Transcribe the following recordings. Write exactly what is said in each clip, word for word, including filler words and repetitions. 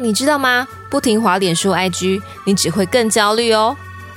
你知道吗？不停滑脸书 I G， 你只会更焦虑哦。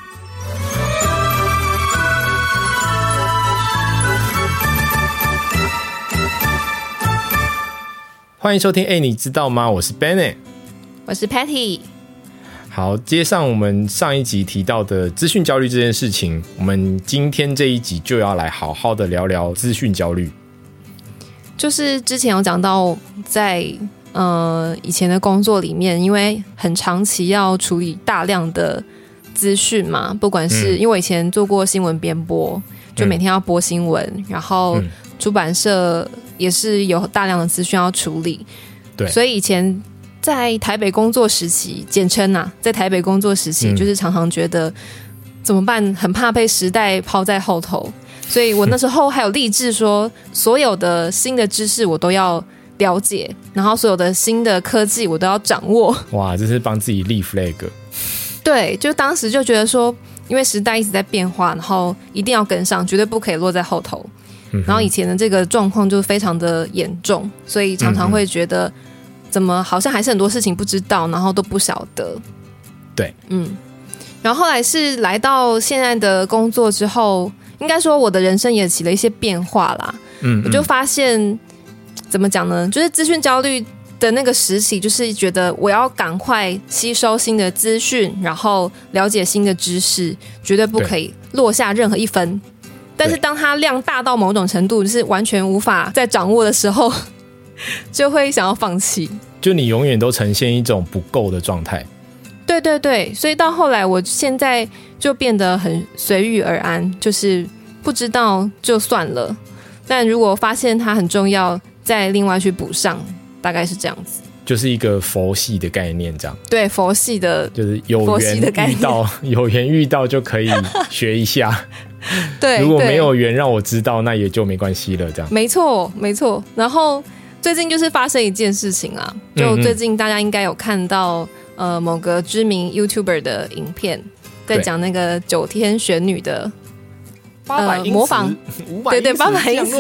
欢迎收听，哎，你知道吗？我是 Benny， 我是 Patty。 好，接上我们上一集提到的资讯焦虑这件事情，我们今天这一集就要来好好的聊聊资讯焦虑。 就是之前有讲到在呃以前的工作里面，因为很长期要处理大量的资讯嘛，不管是、嗯、因为我以前做过新闻编播，就每天要播新闻、嗯、然后出版社也是有大量的资讯要处理，对，所以以前在台北工作时期，简称啊，在台北工作时期、嗯、就是常常觉得怎么办，很怕被时代抛在后头，所以我那时候还有立志说所有的新的知识我都要了解，然后所有的新的科技我都要掌握。哇， 这是帮自己立 flag。 对，就当时就觉得说因为时代一直在变化，然后一定要跟上，绝对不可以落在后头、嗯、然后以前的这个状况就非常的严重，所以常常会觉得怎么好像还是很多事情不知道，然后都不晓得。 对， 嗯，然后后来是来到现在的工作之后，应该说我的人生也起了一些变化啦。嗯，我就发现怎么讲呢，就是资讯焦虑的那个时期，就是觉得我要赶快吸收新的资讯，然后了解新的知识，绝对不可以落下任何一分。但是当它量大到某种程度，就是完全无法再掌握的时候，就会想要放弃， 就你永远都呈现一种不够的状态。 对对对，所以到后来我现在就变得很随遇而安，就是不知道就算了，但如果发现它很重要再另外去补上，大概是这样子，就是一个佛系的概念这样。 对，佛系的， 就是有缘遇到有缘遇到就可以学一下对， 如果没有缘让我知道那也就没关系了这样。 没错没错。然后最近就是发生一件事情啊，就最近大家应该有看到呃某个知名 YouTuber 的影片，在讲那个九天玄女的呃模仿，对对，八百英尺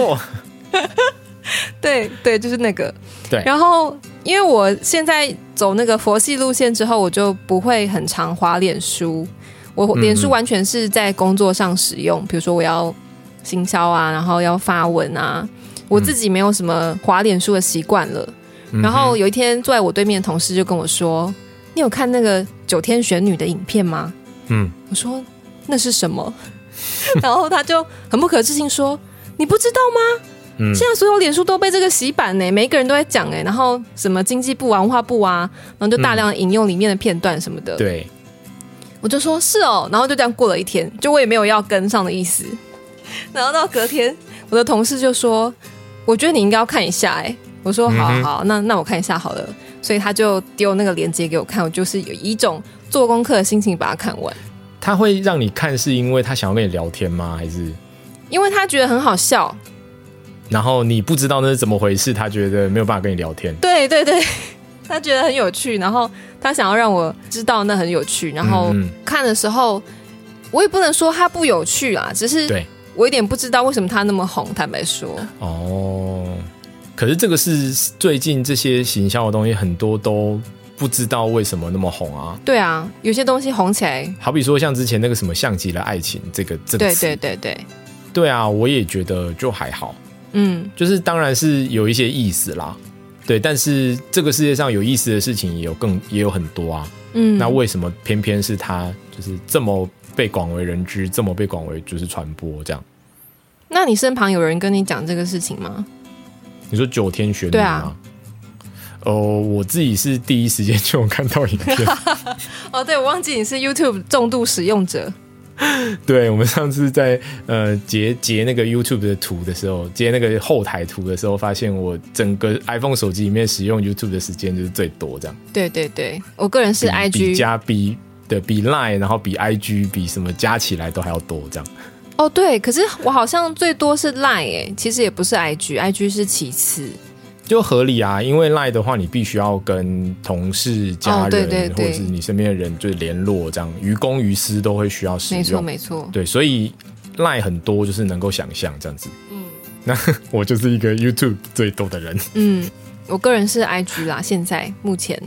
对对，就是那个。对，然后因为我现在走那个佛系路线之后，我就不会很常滑脸书，我脸书完全是在工作上使用，比如说我要行销啊，然后要发文啊，我自己没有什么滑脸书的习惯了、嗯、然后有一天坐在我对面的同事就跟我说，你有看那个九天玄女的影片吗？嗯，我说那是什么然后他就很不可置信说，你不知道吗？嗯、现在所有脸书都被这个洗版呢，每一个人都在讲哎，然后什么经济部啊、文化部啊，然后就大量引用里面的片段什么的。对，我就说是哦，然后就这样过了一天，就我也没有要跟上的意思。然后到隔天，我的同事就说，我觉得你应该要看一下哎。我说好好，嗯、那那我看一下好了。所以他就丢那个链接给我看，我就是有一种做功课的心情把它看完。 他会让你看是因为他想要跟你聊天吗？还是因为他觉得很好笑？ 然后你不知道那是怎么回事，他觉得没有办法跟你聊天。 对对对，他觉得很有趣，然后他想要让我知道那很有趣，然后看的时候我也不能说他不有趣啊，只是我有点不知道为什么他那么红，坦白说。 哦，可是这个是最近这些行销的东西很多都不知道为什么那么红啊。对啊，有些东西红起来，好比说像之前那个什么像极了爱情这个这个词，对对对对对啊，我也觉得就还好。嗯，就是当然是有一些意思啦，对，但是这个世界上有意思的事情也有更也有很多啊。嗯，那为什么偏偏是它就是这么被广为人知，这么被广为就是传播这样？那你身旁有人跟你讲这个事情吗？你说九天玄女吗？对啊。哦，我自己是第一时间就有看到影片。哦，对，我忘记你是 YouTube 重度使用者。对，我们上次在呃截截那个 YouTube 的图的时候，截那个后台图的时候，发现我整个 iPhone 手机里面使用 YouTube 的时间就是最多这样。对对对，我个人是 I G 比加比的比 Line， 然后比 I G 比什么加起来都还要多这样。哦，对，可是我好像最多是 Line 耶，其实也不是 I G，I G 是其次。就合理啊，因为 Line 的话你必须要跟同事家人、哦、对对对，或者是你身边的人就是联络，这样于公于私都会需要使用，没错没错。对，所以 Line 很多就是能够想象这样子。嗯，那我就是一个 YouTube 最多的人。嗯，我个人是 I G 啦，现在目前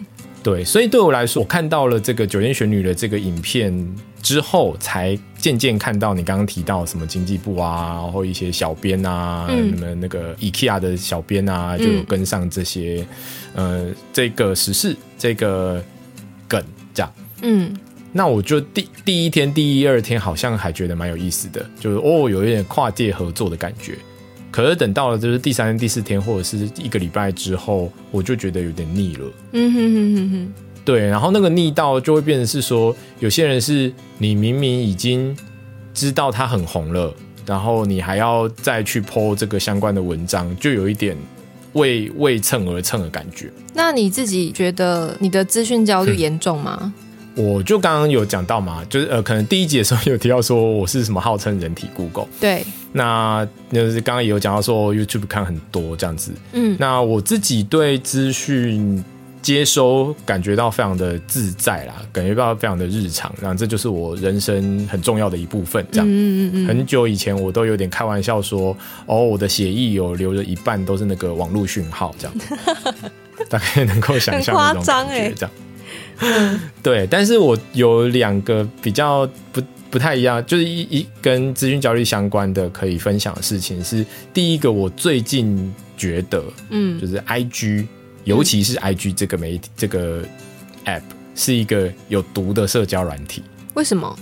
对，所以对我来说，我看到了这个九天玄女的这个影片之后，才渐渐看到你刚刚提到什么经济部啊，然后一些小编啊，嗯，那么那个 IKEA 的小编啊，就有跟上这些、嗯、呃这个时事这个梗这样。嗯，那我就第第一天、第一二天好像还觉得蛮有意思的，就是哦，有一点跨界合作的感觉。可是等到了就是第三天、第四天，或者是一个礼拜之后，我就觉得有点腻了。嗯哼哼哼哼，对，然后那个腻到就会变成是说，有些人是你明明已经知道他很红了，然后你还要再去 po 这个相关的文章，就有一点为为蹭而蹭的感觉。 那你自己觉得你的资讯焦虑严重吗？嗯， 我就刚刚有讲到嘛，就是呃，可能第一集的时候有提到说我是什么号称人体 Google， 对，那就是刚刚也有讲到说 YouTube 看很多这样子，嗯，那我自己对资讯接收感觉到非常的自在啦，感觉到非常的日常，然后这就是我人生很重要的一部分，这样，嗯嗯嗯，很久以前我都有点开玩笑说，哦，我的血液有流了一半都是那个网络讯号，这样，大概能够想象那种感觉，这样。对，但是我有两个比较不不太一样，就是一一跟资讯焦虑相关的可以分享的事情是，第一个我最近觉得，嗯，就是 I G， 尤其是 I G 这个媒体、嗯、这个 App 是一个有毒的社交软体。 为什么？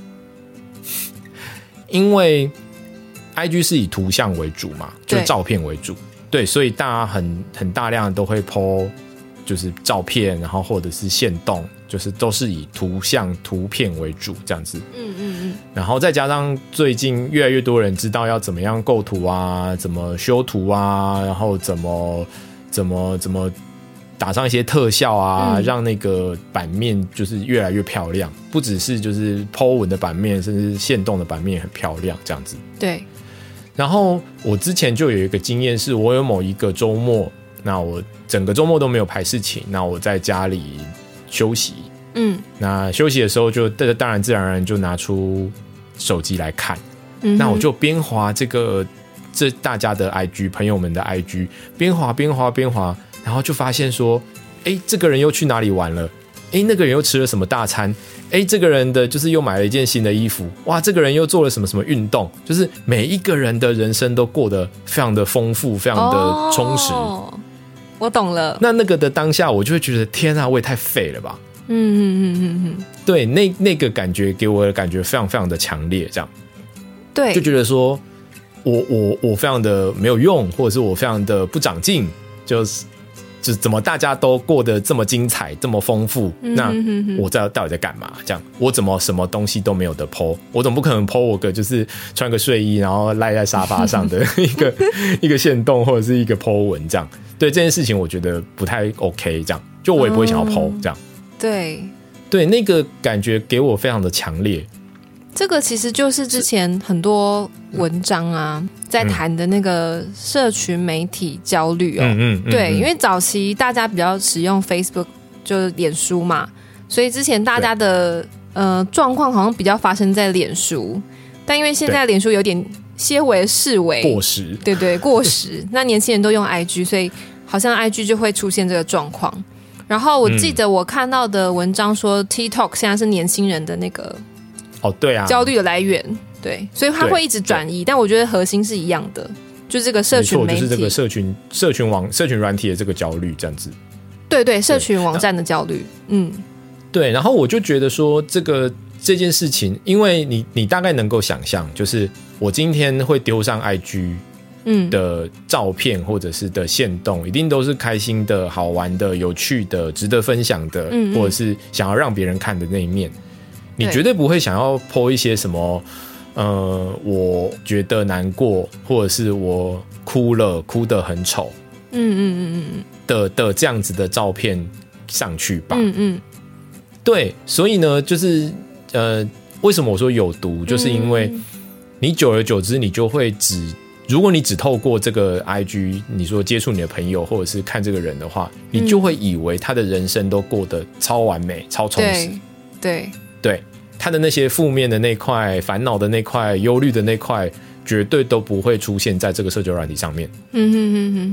因为 I G 是以图像为主嘛，就照片为主， 对， 对，所以大家很很大量都会 po 就是照片，然后或者是限动，就是都是以图像图片为主这样子。嗯嗯嗯。然后再加上最近越来越多人知道要怎么样构图啊，怎么修图啊，然后怎么怎么怎么打上一些特效啊、嗯，让那个版面就是越来越漂亮，不只是就是 po 文的版面，甚至限动的版面也很漂亮这样子。 对。 然后我之前就有一个经验，是我有某一个周末，那我整个周末都没有排事情，那我在家里休息，嗯，那休息的时候就当然自然而然就拿出手机来看，嗯，那我就边滑这个这大家的 I G 朋友们的 I G， 边滑边滑边滑，然后就发现说，哎，这个人又去哪里玩了？哎，那个人又吃了什么大餐？哎，这个人的就是又买了一件新的衣服，哇，这个人又做了什么什么运动？就是每一个人的人生都过得非常的丰富，非常的充实。哦， 我懂了。 那那个的当下，我就会觉得天啊，我也太废了吧。嗯嗯嗯嗯嗯，对，那那个感觉给我的感觉非常非常的强烈，这样。对，就觉得说我我我非常的没有用，或者是我非常的不长进，就是就怎么大家都过得这么精彩，这么丰富，嗯，那我在到底在干嘛？这样，我怎么什么东西都没有得 po？ 我总不可能 po 我个就是穿个睡衣，然后赖在沙发上的一个一个限动或者是一个 po 文这样。对这件事情，我觉得不太 OK， 这样，就我也不会想要 po，嗯，这样。对对，那个感觉给我非常的强烈。 这个其实就是之前很多文章啊，嗯，在谈的那个社群媒体焦虑哦。嗯嗯嗯，对，因为早期大家比较使用 Facebook， 就是脸书嘛，所以之前大家的呃状况好像比较发生在脸书，但因为现在脸书有点些微式微过时， 对对过时，那年轻人都用 I G， 所以好像 I G 就会出现这个状况。然后我记得我看到的文章说，嗯，TikTok 现在是年轻人的那个哦，对啊， 焦虑的来源，对，所以它会一直转移，但我觉得核心是一样的，就是这个社群媒体， 就是这个社群社群网社群软体的这个焦虑，这样子。 对对，社群网站的焦虑，嗯， 对。然后我就觉得说，这个这件事情，因为你你大概能够想象，就是我今天会丢上 I G。嗯，的照片或者是的限动，一定都是开心的、好玩的、有趣的、值得分享的，嗯嗯，或者是想要让别人看的那一面。你绝对不会想要 po 一些什么，呃，我觉得难过，或者是我哭了，哭得很丑，嗯嗯嗯嗯的的这样子的照片上去吧。嗯嗯，对，所以呢，就是呃，为什么我说有毒，就是因为你久而久之，你就会只。如果你只透过这个 I G 你说接触你的朋友或者是看这个人的话，你就会以为他的人生都过得超完美超充实。对对，他的那些负面的那块、烦恼的那块、忧虑的那块绝对都不会出现在这个社交软体上面。嗯哼哼哼哼，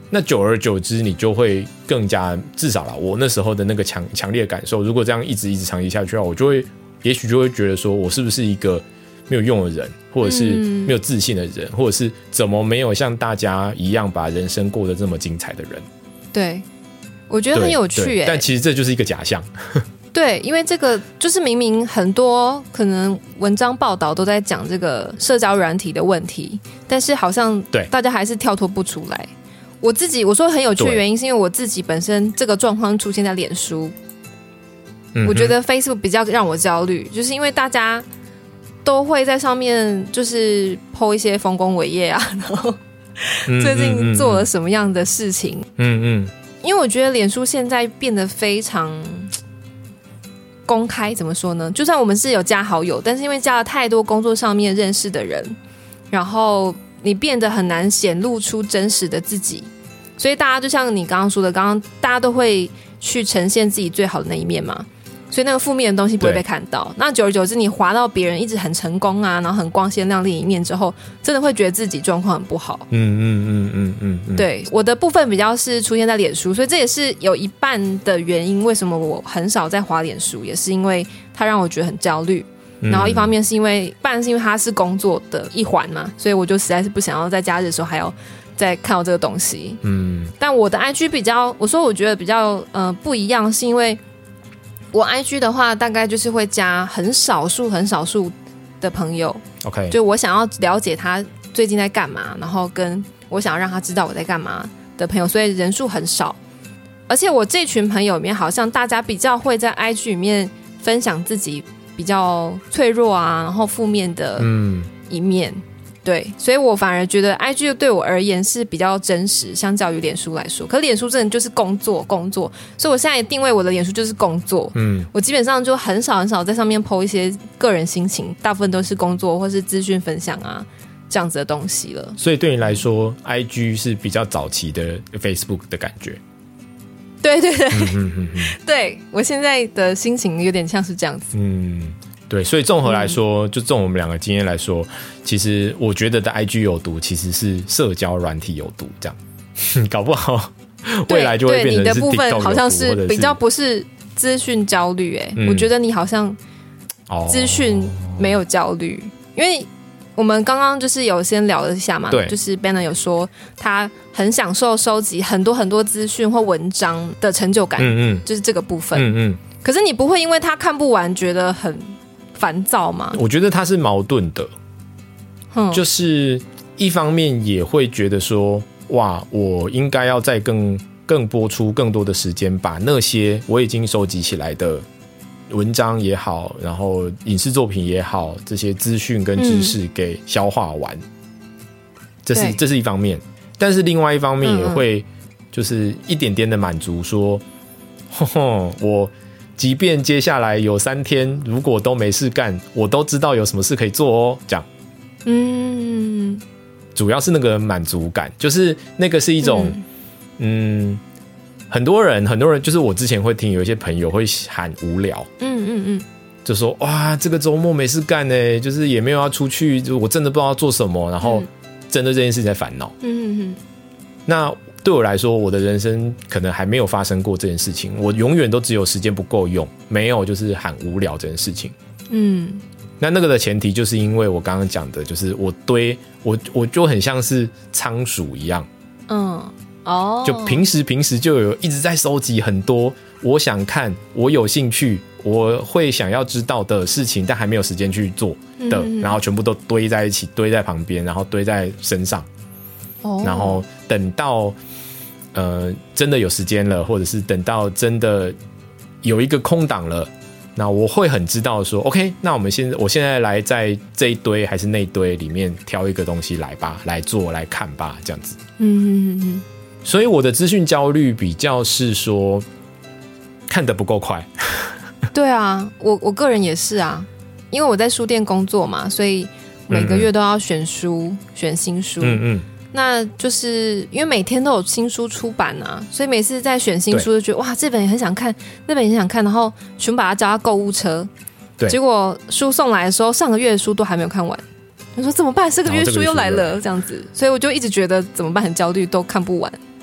那久而久之你就会更加，至少啦我那时候的那个强强烈的感受，如果这样一直一直长期下去的话，我就会也许就会觉得说我是不是一个没有用的人，或者是没有自信的人、嗯、或者是怎么没有像大家一样把人生过得这么精彩的人。 对，我觉得很有趣耶， 但其实这就是一个假象。 对，因为这个就是明明很多可能文章报道都在讲这个社交软体的问题，但是好像大家还是跳脱不出来。我自己我说很有趣的原因是因为我自己本身这个状况出现在脸书、嗯、我觉得 Facebook 比较让我焦虑，就是因为大家都会在上面就是 po 一些丰功伟业啊，然后最近做了什么样的事情。嗯嗯，因为我觉得脸书现在变得非常公开，怎么说呢，就算我们是有加好友，但是因为加了太多工作上面认识的人，然后你变得很难显露出真实的自己，所以大家就像你刚刚说的，刚刚大家都会去呈现自己最好的那一面嘛，所以那个负面的东西不会被看到。那久而久之你滑到别人一直很成功啊，然后很光鲜亮丽一面之后，真的会觉得自己状况很不好。嗯嗯嗯嗯嗯嗯，对，我的部分比较是出现在脸书，所以这也是有一半的原因为什么我很少在滑脸书，也是因为它让我觉得很焦虑。然后一方面是因为半是因为它是工作的一环嘛，所以我就实在是不想要在假日的时候还要再看到这个东西。嗯，但我的 I G 比较，我说我觉得比较呃不一样，是因为我 I G 的话大概就是会加很少数很少数的朋友 OK， 就我想要了解他最近在干嘛，然后跟我想要让他知道我在干嘛的朋友，所以人数很少。而且我这群朋友里面好像大家比较会在 I G 里面分享自己比较脆弱啊，然后负面的一面、嗯、对，所以我反而觉得 I G 对我而言是比较真实，相较于脸书来说。可是脸书真的就是工作工作，所以我现在也定位我的脸书就是工作。嗯，我基本上就很少很少在上面 po 一些个人心情，大部分都是工作或是资讯分享啊这样子的东西了。 所以对你来说 I G 是比较早期的 Facebook 的感觉。 对对对、嗯嗯嗯嗯、对，我现在的心情有点像是这样子。 嗯，对，所以综合来说、嗯、就综合我们两个经验来说，其实我觉得的 I G 有毒其实是社交软体有毒，这样搞不好未来就会变成是 TikTok 有毒。对，你的部分好像是比较不是资讯焦虑、欸嗯、我觉得你好像资讯没有焦虑、哦、因为我们刚刚就是有先聊了一下嘛，对，就是 Banner 有说他很享受收集很多很多资讯或文章的成就感，嗯嗯，就是这个部分，嗯嗯。可是你不会因为他看不完觉得很烦躁吗？ 我觉得他是矛盾的，嗯，就是一方面也会觉得说，哇，我应该要再更更播出更多的时间，把那些我已经收集起来的文章也好，然后影视作品也好，这些资讯跟知识给消化完、嗯、这是这是一方面。但是另外一方面也会就是一点点的满足说、嗯嗯、我即便接下来有三天如果都没事干，我都知道有什么事可以做哦，这样。嗯，主要是那个满足感，就是那个是一种 嗯, 嗯很多人很多人就是我之前会听有一些朋友会喊无聊，嗯嗯嗯，就说哇这个周末没事干耶，就是也没有要出去，就我真的不知道要做什么，然后针对这件事情在烦恼。嗯嗯，那对我来说我的人生可能还没有发生过这件事情，我永远都只有时间不够用，没有就是喊无聊这件事情。嗯，那那个的前提就是因为我刚刚讲的就是我堆我我就很像是仓鼠一样。嗯哦，就平时平时就有一直在收集很多我想看我有兴趣我会想要知道的事情，但还没有时间去做的、嗯、然后全部都堆在一起，堆在旁边，然后堆在身上、哦、然后等到呃真的有时间了，或者是等到真的有一个空档了，那我会很知道说 OK 那我们现在我现在来在这一堆还是那一堆里面挑一个东西来吧，来做来看吧，这样子。嗯嗯嗯，所以我的资讯焦虑比较是说看得不够快。 对啊，我我个人也是啊，因为我在书店工作嘛，所以每个月都要选书、嗯、选新书。嗯嗯，那就是因为每天都有新书出版啊，所以每次在选新书就觉得哇这本也很想看，那本也很想看，然后全部把它交到购物车。对，结果书送来的时候上个月的书都还没有看完，我说怎么办，这个月书又来了这样子，所以我就一直觉得怎么办，很焦虑，都看不完。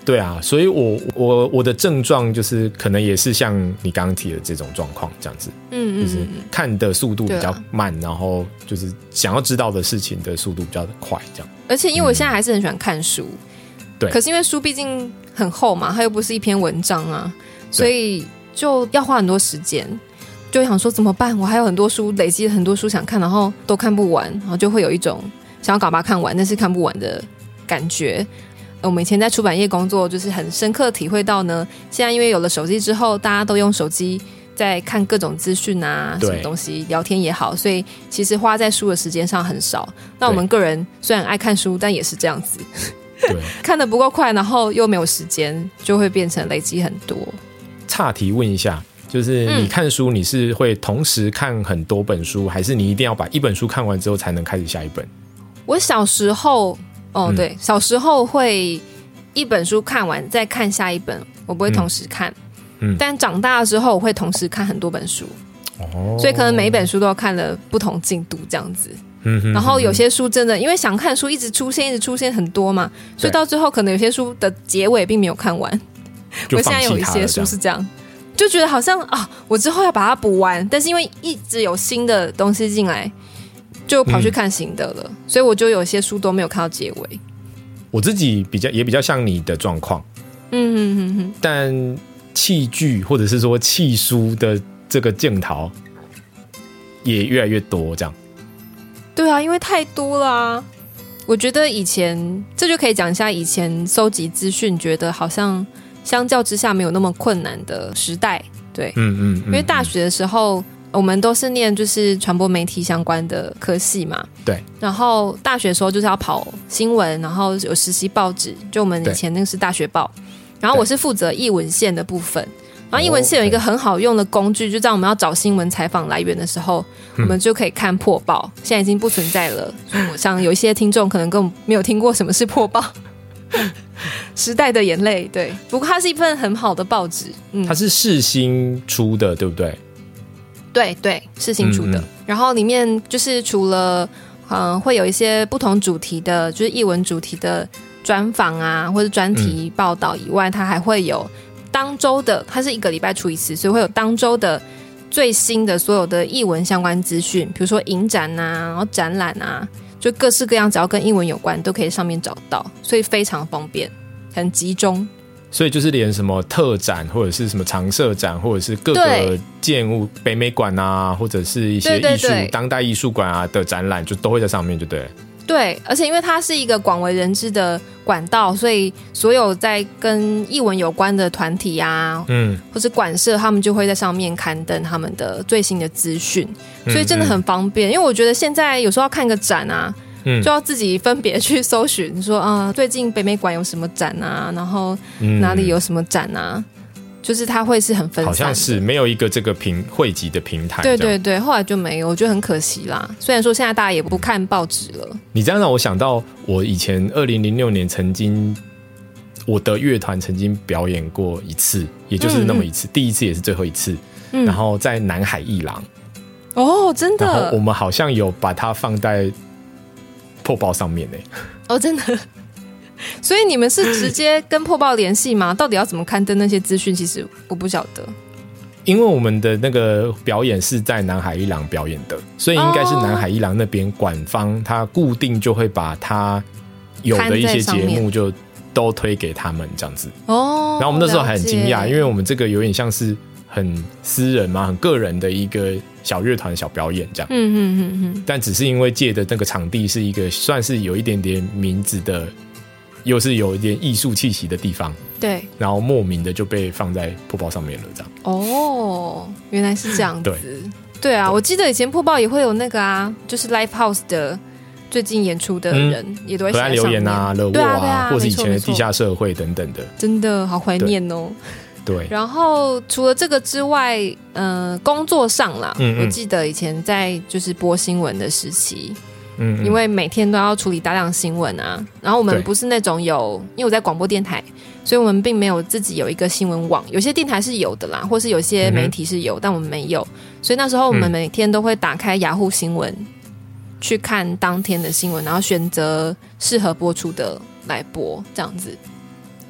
对啊，所以我我我的症状就是可能也是像你刚刚提的这种状况这样子，嗯嗯，就是看的速度比较慢，啊、然后就是想要知道的事情的速度比较快这样。 而且因为我现在还是很喜欢看书， 对、嗯， 可是因为书毕竟很厚嘛，它又不是一篇文章啊，所以就要花很多时间。就想说怎么办？我还有很多书，累积了很多书想看，然后都看不完，然后就会有一种想要赶把它看完，但是看不完的感觉。我们以前在出版业工作，就是很深刻体会到呢，现在因为有了手机之后，大家都用手机在看各种资讯啊，什么东西聊天也好，所以其实花在书的时间上很少。那我们个人虽然爱看书，但也是这样子，对看得不够快，然后又没有时间，就会变成累积很多。 岔题问一下，就是你看书，你是会同时看很多本书，还是你一定要把一本书看完之后才能开始下一本？ 我小时候哦，对、嗯，小时候会一本书看完再看下一本，我不会同时看。嗯，但长大之后我会同时看很多本书，哦，所以可能每一本书都看了不同进度这样子。嗯哼，然后有些书真的因为想看书一直出现，一直出现很多嘛，所以到最后可能有些书的结尾并没有看完。我现在有一些书是这样，就觉得好像啊，我之后要把它补完，但是因为一直有新的东西进来。就跑去看新的了、嗯，所以我就有些书都没有看到结尾。 我自己比较也比较像你的状况，嗯哼哼哼。但器具或者是说弃书的这个镜头也越来越多，这样。 对啊，因为太多了啊。我觉得以前这就可以讲一下以前搜集资讯，觉得好像相较之下没有那么困难的时代。对，嗯 嗯, 嗯，因为大学的时候。我们都是念就是传播媒体相关的科系嘛， 对。 然后大学的时候就是要跑新闻，然后有实习报纸，就我们以前那个是大学报。然后我是负责艺文线的部分，然后艺文线有一个很好用的工具，就在我们要找新闻采访来源的时候，我们就可以看破报。现在已经不存在了，我想有一些听众可能根本没有听过什么是破报。时代的眼泪，对。不过它是一份很好的报纸， 嗯，它是世新出的，对不对？ 对对，是新出的、嗯嗯。然后里面就是除了嗯会有一些不同主题的，就是艺文主题的专访啊，或者专题报道以外，嗯、它还会有当周的，它是一个礼拜出一次，所以会有当周的最新的所有的艺文相关资讯，比如说影展啊，然后展览啊，就各式各样，只要跟艺文有关，都可以上面找到，所以非常方便，很集中。 所以就是连什么特展或者是什么常设展，或者是各个建物北美馆啊，或者是一些艺术当代艺术馆啊的展览，就都会在上面就对了。 对，而且因为它是一个广为人知的管道，所以所有在跟艺文有关的团体啊，嗯，或是馆舍，他们就会在上面刊登他们的最新的资讯，所以真的很方便。嗯嗯，因为我觉得现在有时候要看个展啊。就要自己分别去搜寻说啊，最近北美馆有什么展啊，然后哪里有什么展啊，嗯、就是它会是很分散的， 好像是没有一个这个平汇集的平台。 对对对，后来就没有，我觉得很可惜啦。虽然说现在大家也不看报纸了。 你这样让我想到，我以前二零零六年曾经我的乐团曾经表演过一次，也就是那么一次，嗯嗯第一次也是最后一次，嗯、然后在南海艺廊。 哦，真的。 然后我们好像有把它放在破报上面耶。 哦，真的。所以你们是直接跟破报联系吗？到底要怎么刊登那些资讯？其实我不晓得。 因为我们的那个表演是在南海艺廊表演的，所以应该是南海艺廊那边馆方他固定就会把他有的一些节目就都推给他们这样子。哦。然后我们那时候还很惊讶，因为我们这个有点像是很私人嘛，很个人的一个小乐团小表演这样。嗯嗯嗯嗯。但只是因为借的那个场地是一个算是有一点点名字的，又是有一点艺术气息的地方。对。然后莫名的就被放在破报上面了这样。 哦，原来是这样子。对。对啊，我记得以前破报也会有那个啊，就是 Live House 的最近演出的人、嗯、也都会写在上面， 留言啊、乐沃 啊, 啊, 啊或是以前的地下社会等等的。 真的好怀念哦。 对， 然后除了这个之外，呃，工作上啦，嗯嗯我记得以前在就是播新闻的时期，嗯, 嗯，因为每天都要处理大量新闻啊，然后我们不是那种有，因为我在广播电台，所以我们并没有自己有一个新闻网，有些电台是有的啦，或是有些媒体是有，嗯、但我们没有，所以那时候我们每天都会打开雅虎新闻、嗯、去看当天的新闻，然后选择适合播出的来播，这样子。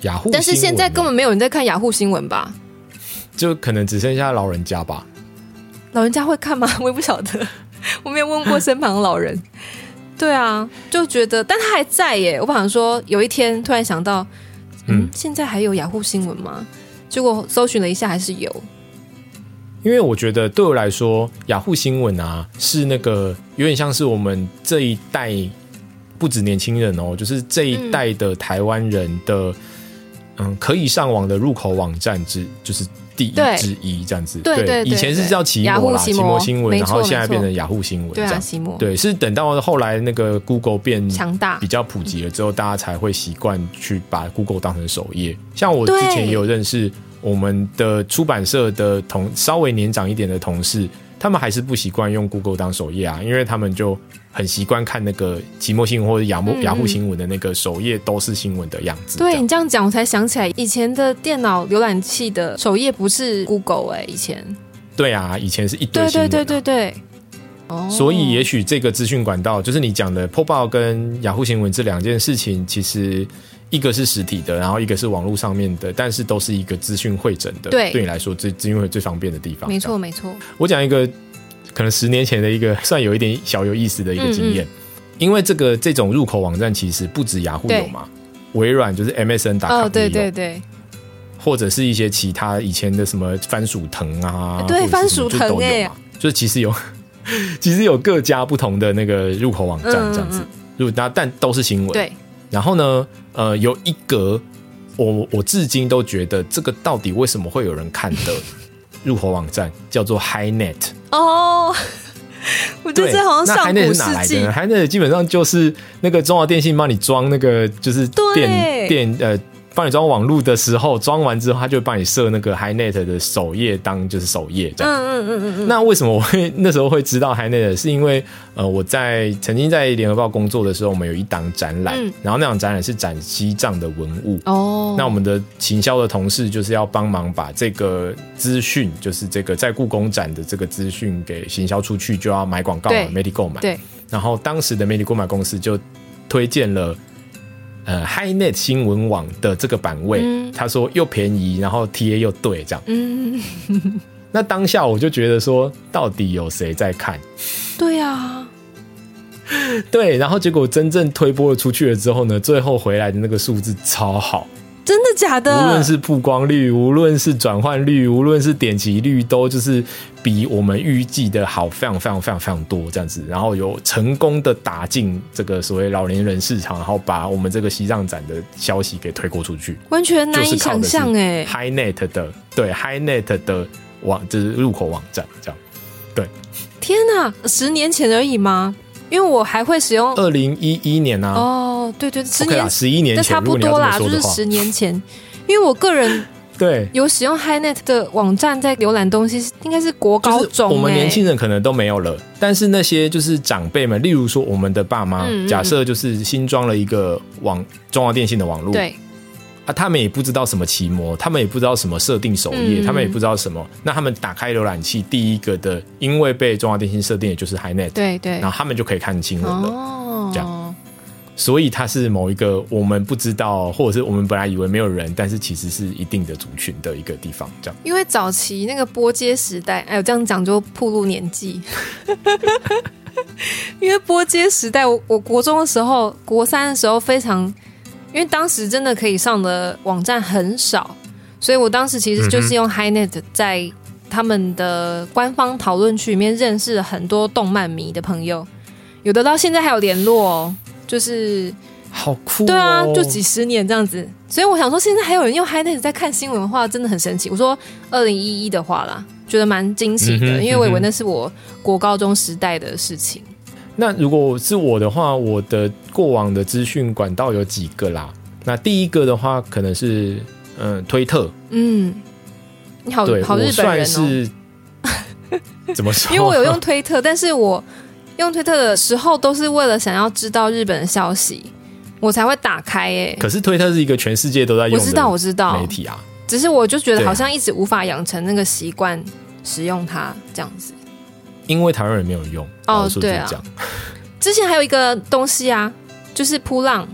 雅虎， 但是现在根本没有人在看雅虎新闻吧？ 就可能只剩下老人家吧。 老人家会看吗？我也不晓得，我没有问过身旁的老人。对啊，就觉得，但他还在耶。我想说，有一天突然想到，嗯，嗯现在还有雅虎新闻吗？结果搜寻了一下，还是有。 因为我觉得对我来说，雅虎新闻啊，是那个有点像是我们这一代，不止年轻人哦，就是这一代的台湾人的，嗯, 嗯，可以上网的入口网站之，就是第一之一这样子。 对 对, 对, 对， 以前是叫奇摩啦，奇摩新闻，然后现在变成雅虎新闻。 对啊，奇摩。 对，是等到后来那个 Google 变强大、 比较普及了之后，大家才会习惯去把 Google 当成首页。像我之前也有认识我们的出版社的同稍微年长一点的同事，他们还是不习惯用 Google 当首页啊，因为他们就很习惯看那个奇摩新闻或者雅虎、嗯、雅虎新闻的那个首页都是新闻的样子。 对，你这样讲我才想起来，以前的电脑浏览器的首页不是 Google 哎、欸，以前。对啊，以前是一堆新闻、啊。 对对对对对。 哦。所以也许这个资讯管道，就是你讲的 P O 报跟雅虎新闻这两件事情，其实一个是实体的，然后一个是网络上面的，但是都是一个资讯汇整的。对，对你来说最资讯会最方便的地方。 没错没错。 我讲一个。可能十年前的一个算有一点小有意思的一个经验、嗯嗯，因为这个这种入口网站其实不止雅虎有嘛，微软就是 M S N 打卡也有、哦、对对对，或者是一些其他以前的什么番薯藤啊， 对番薯藤哎、欸， 就其实有其实有各家不同的那个入口网站这样子，嗯嗯嗯，但都是新闻。对，然后呢，呃，有一个我我至今都觉得这个到底为什么会有人看的入口网站叫做 HiNet。哦， 我觉得这好像上古世纪。那 HiNet 是哪来的呢？ HiNet 基本上就是那个中华电信帮你装那个就是电电呃帮你装网路的时候，装完之后他就帮你设那个 HiNet 的首页当就是首页这样。嗯嗯嗯嗯。那为什么我会那时候会知道 HiNet？ 是因为呃我在曾经在联合报工作的时候，我们有一档展览、嗯，然后那档展览是展西藏的文物。哦。那我们的行销的同事就是要帮忙把这个资讯，就是这个在故宫展的这个资讯给行销出去，就要买广告嘛，媒体购买。对。然后当时的媒体购买公司就推荐了。呃 HiNet 新闻网的这个版位、嗯、他说又便宜，然后 T A 又对这样、嗯、那当下我就觉得说到底有谁在看？ 对啊， 对，然后结果真正推播了出去了之后呢，最后回来的那个数字超好。 真的假的？ 无论是曝光率，无论是转换率，无论是点击率，都就是比我们预计的好非常非常非常非常多这样子，然后有成功的打进这个所谓老年人市场，然后把我们这个西藏展的消息给推过出去， 完全难以想象哎。 HiNet 的对 HiNet 的网就是入口网站这样，对。 天哪，十年前而已吗？因为我还会使用二零一一年啊。 哦，对对，十年、 okay 啦，十一年前， 差不多啦，就是十年前。因为我个人对有使用 HiNet 的网站在浏览东西，应该是国高中、欸就是、 我们年轻人可能都没有了，但是那些就是长辈们，例如说我们的爸妈，嗯嗯假设就是新装了一个网中华电信的网络，对。啊，他们也不知道什么奇摩，他们也不知道什么设定首页、嗯，他们也不知道什么。那他们打开浏览器，第一个的，因为被中华电信设定，也就是 HiNet， 对对，然后他们就可以看新闻了、哦，这样。所以它是某一个我们不知道，或者是我们本来以为没有人，但是其实是一定的族群的一个地方，这样。 因为早期那个拨接时代，哎呦，这样讲就暴露年纪。因为拨接时代，我我国中的时候，国三的时候非常。因为当时真的可以上的网站很少，所以我当时其实就是用 HiNet 在他们的官方讨论区里面认识了很多动漫迷的朋友，有的到现在还有联络哦，就是好酷哦。 对啊，就几十年这样子。所以我想说，现在还有人用 HiNet 在看新闻的话，真的很神奇。我说二零一一的话啦，觉得蛮惊奇的、嗯，因为我以为那是我国高中时代的事情。 那如果是我的话，我的过往的资讯管道有几个啦。那第一个的话，可能是嗯推特。嗯， 你好， 对， 好日本人哦。 我算是怎么说？ 因为我有用推特，但是我用推特的时候都是为了想要知道日本的消息，我才会打开耶。 可是推特是一个全世界都在用的， 我知道，我知道媒体啊。 只是我就觉得好像一直无法养成那个习惯，使用它这样子。 因为台湾人没有用哦，对啊。 之前还有一个东西啊，就是扑浪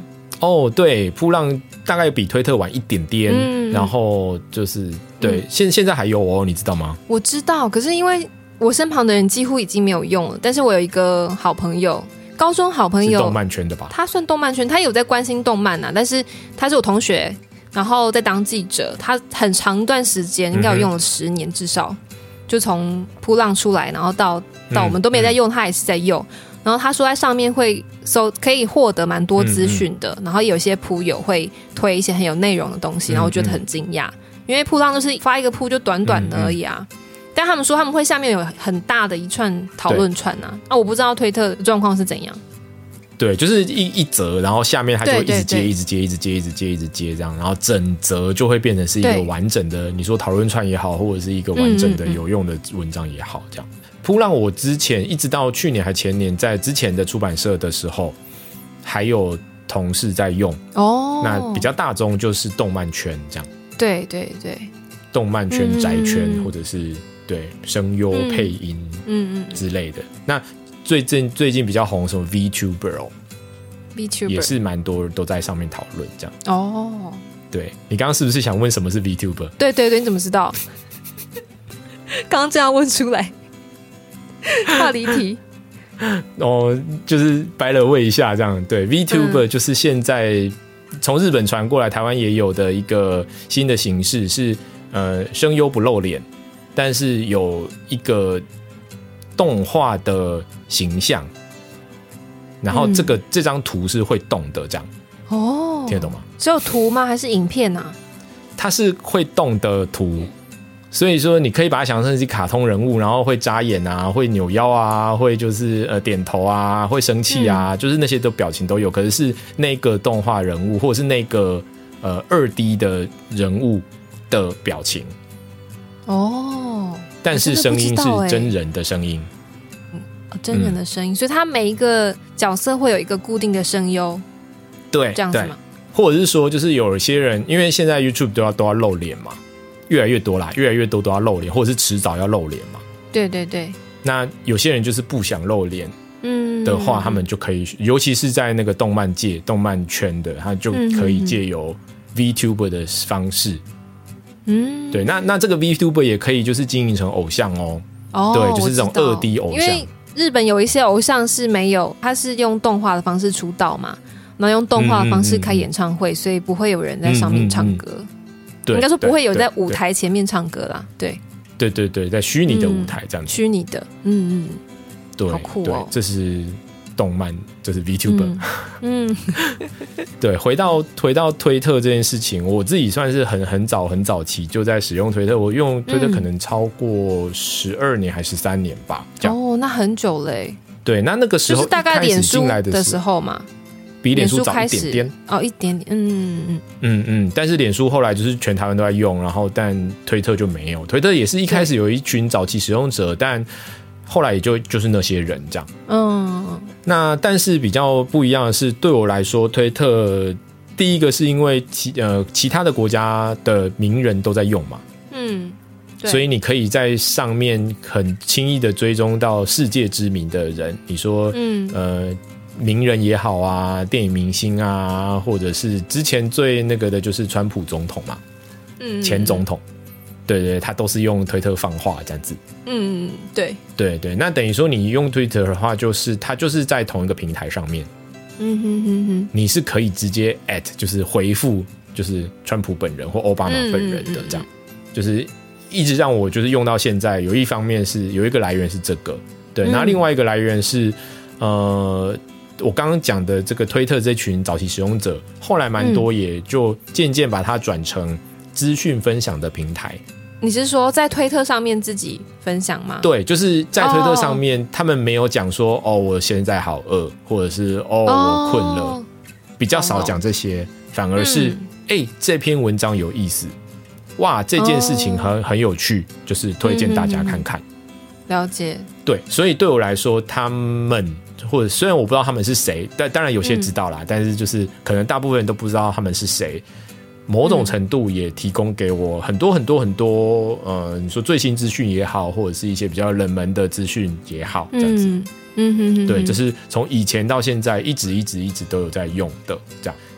哦，对，扑浪大概比推特晚一点点，嗯、然后就是对，嗯、现现在还有哦，你知道吗？ 我知道，可是因为我身旁的人几乎已经没有用了，但是我有一个好朋友，高中好朋友， 是动漫圈的吧？ 他算动漫圈，他有在关心动漫啊，但是他是我同学，然后在当记者，他很长一段时间，应该有用了十年至少，就从扑浪出来，然后到到我们都没在用，嗯、他也是在用。然后他说在上面会搜可以获得蛮多资讯的，嗯嗯然后有些扑友会推一些很有内容的东西，然后我觉得很惊讶，嗯嗯因为扑浪就是发一个扑就短短的而已啊。嗯嗯但他们说他们会下面有很大的一串讨论串啊，啊，我不知道推特的状况是怎样。 对，就是一一则，然后下面它就会一直接、 对对对一直接、一直接、一直接、一直接这样，然后整则就会变成是一个完整的，你说讨论串也好，或者是一个完整的有用的文章也好，这样。扑浪我之前一直到去年还前年，在之前的出版社的时候，还有同事在用哦。那比较大众就是动漫圈这样。对对对，动漫圈、宅圈、嗯、或者是对声优、嗯、配音嗯嗯之类的。那最近最近比较红什么 VTuber 哦 ，VTuber 也是蛮多人都在上面讨论这样。哦，对你刚刚是不是想问什么是 VTuber？ 对对对，你怎么知道？刚刚这样问出来。怕离题哦，就是白了问一下这样。对 VTuber 就是现在从日本传过来台湾也有的一个新的形式，是呃声优不露脸，但是有一个动画的形象，然后这个、嗯、这张图是会动的这样。哦，听得懂吗？ 只有图吗？还是影片啊？ 它是会动的图，所以说你可以把它想成是卡通人物，然后会眨眼啊，会扭腰啊，会就是呃点头啊，会生气啊、嗯、就是那些的表情都有，可是是那个动画人物或者是那个呃二 D 的人物的表情哦，但是声音是真人的声音、 欸哦、真人的声音、嗯、所以他每一个角色会有一个固定的声优， 对， 这样子吗？ 或者是说就是有些人因为现在 YouTube 都要都要露脸嘛，越来越多啦，越来越多都要露脸，或者是迟早要露脸嘛。对对对。那有些人就是不想露脸的话、嗯、他们就可以，尤其是在那个动漫界动漫圈的，他就可以借由 VTuber 的方式嗯，对，那那这个 VTuber 也可以就是经营成偶像哦。哦，对，就是这种 二 D 偶像。因为日本有一些偶像是没有，他是用动画的方式出道嘛，然后用动画的方式开演唱会、嗯嗯嗯、所以不会有人在上面唱歌、嗯嗯嗯，对，应该说不会有在舞台前面唱歌啦。对对对对，在虚拟的舞台这样子， 虚拟的，嗯嗯， 对，好酷哦。这是动漫，这是 VTuber。嗯，嗯对，回到回到推特这件事情，我自己算是很很早很早期就在使用推特，我用推特可能超过十二年还是三年吧。 哦，那很久嘞。 对，那那个时候就是大概脸书的时候嘛。 比脸书早一点点哦，一点点，嗯嗯嗯嗯，但是脸书后来就是全台湾都在用，然后但推特就没有。推特也是一开始有一群早期使用者，但后来也就就是那些人这样。嗯，那但是比较不一样的是，对我来说，推特第一个是因为其呃其他的国家的名人都在用嘛，嗯，所以你可以在上面很轻易的追踪到世界知名的人。你说，嗯呃。名人也好啊，电影明星啊，或者是之前最那个的就是川普总统嘛，嗯，前总统，对对，他都是用推特放话这样子，嗯，对对对，那等于说你用推特的话，就是他就是在同一个平台上面，嗯哼哼哼，你是可以直接 at 就是回复就是川普本人或奥巴马本人的这样，嗯嗯嗯，就是一直让我就是用到现在。有一方面是有一个来源是这个，对，然后另外一个来源是呃。我刚刚讲的这个推特这群早期使用者，后来蛮多也就渐渐把它转成资讯分享的平台。你是说在推特上面自己分享吗？对，就是在推特上面、oh. 他们没有讲说哦我现在好饿，或者是哦我困了、oh. 比较少讲这些、oh. 反而是哎、嗯欸、这篇文章有意思，哇这件事情很、oh. 很有趣，就是推荐大家看看、嗯、了解。对，所以对我来说他们或者虽然我不知道他们是谁，但当然有些知道啦、嗯、但是就是可能大部分人都不知道他们是谁，某种程度也提供给我很多很多很多呃，你说最新资讯也好，或者是一些比较冷门的资讯也好，这样子。嗯嗯哼哼哼，对，就是从以前到现在一直一直一直都有在用的这样。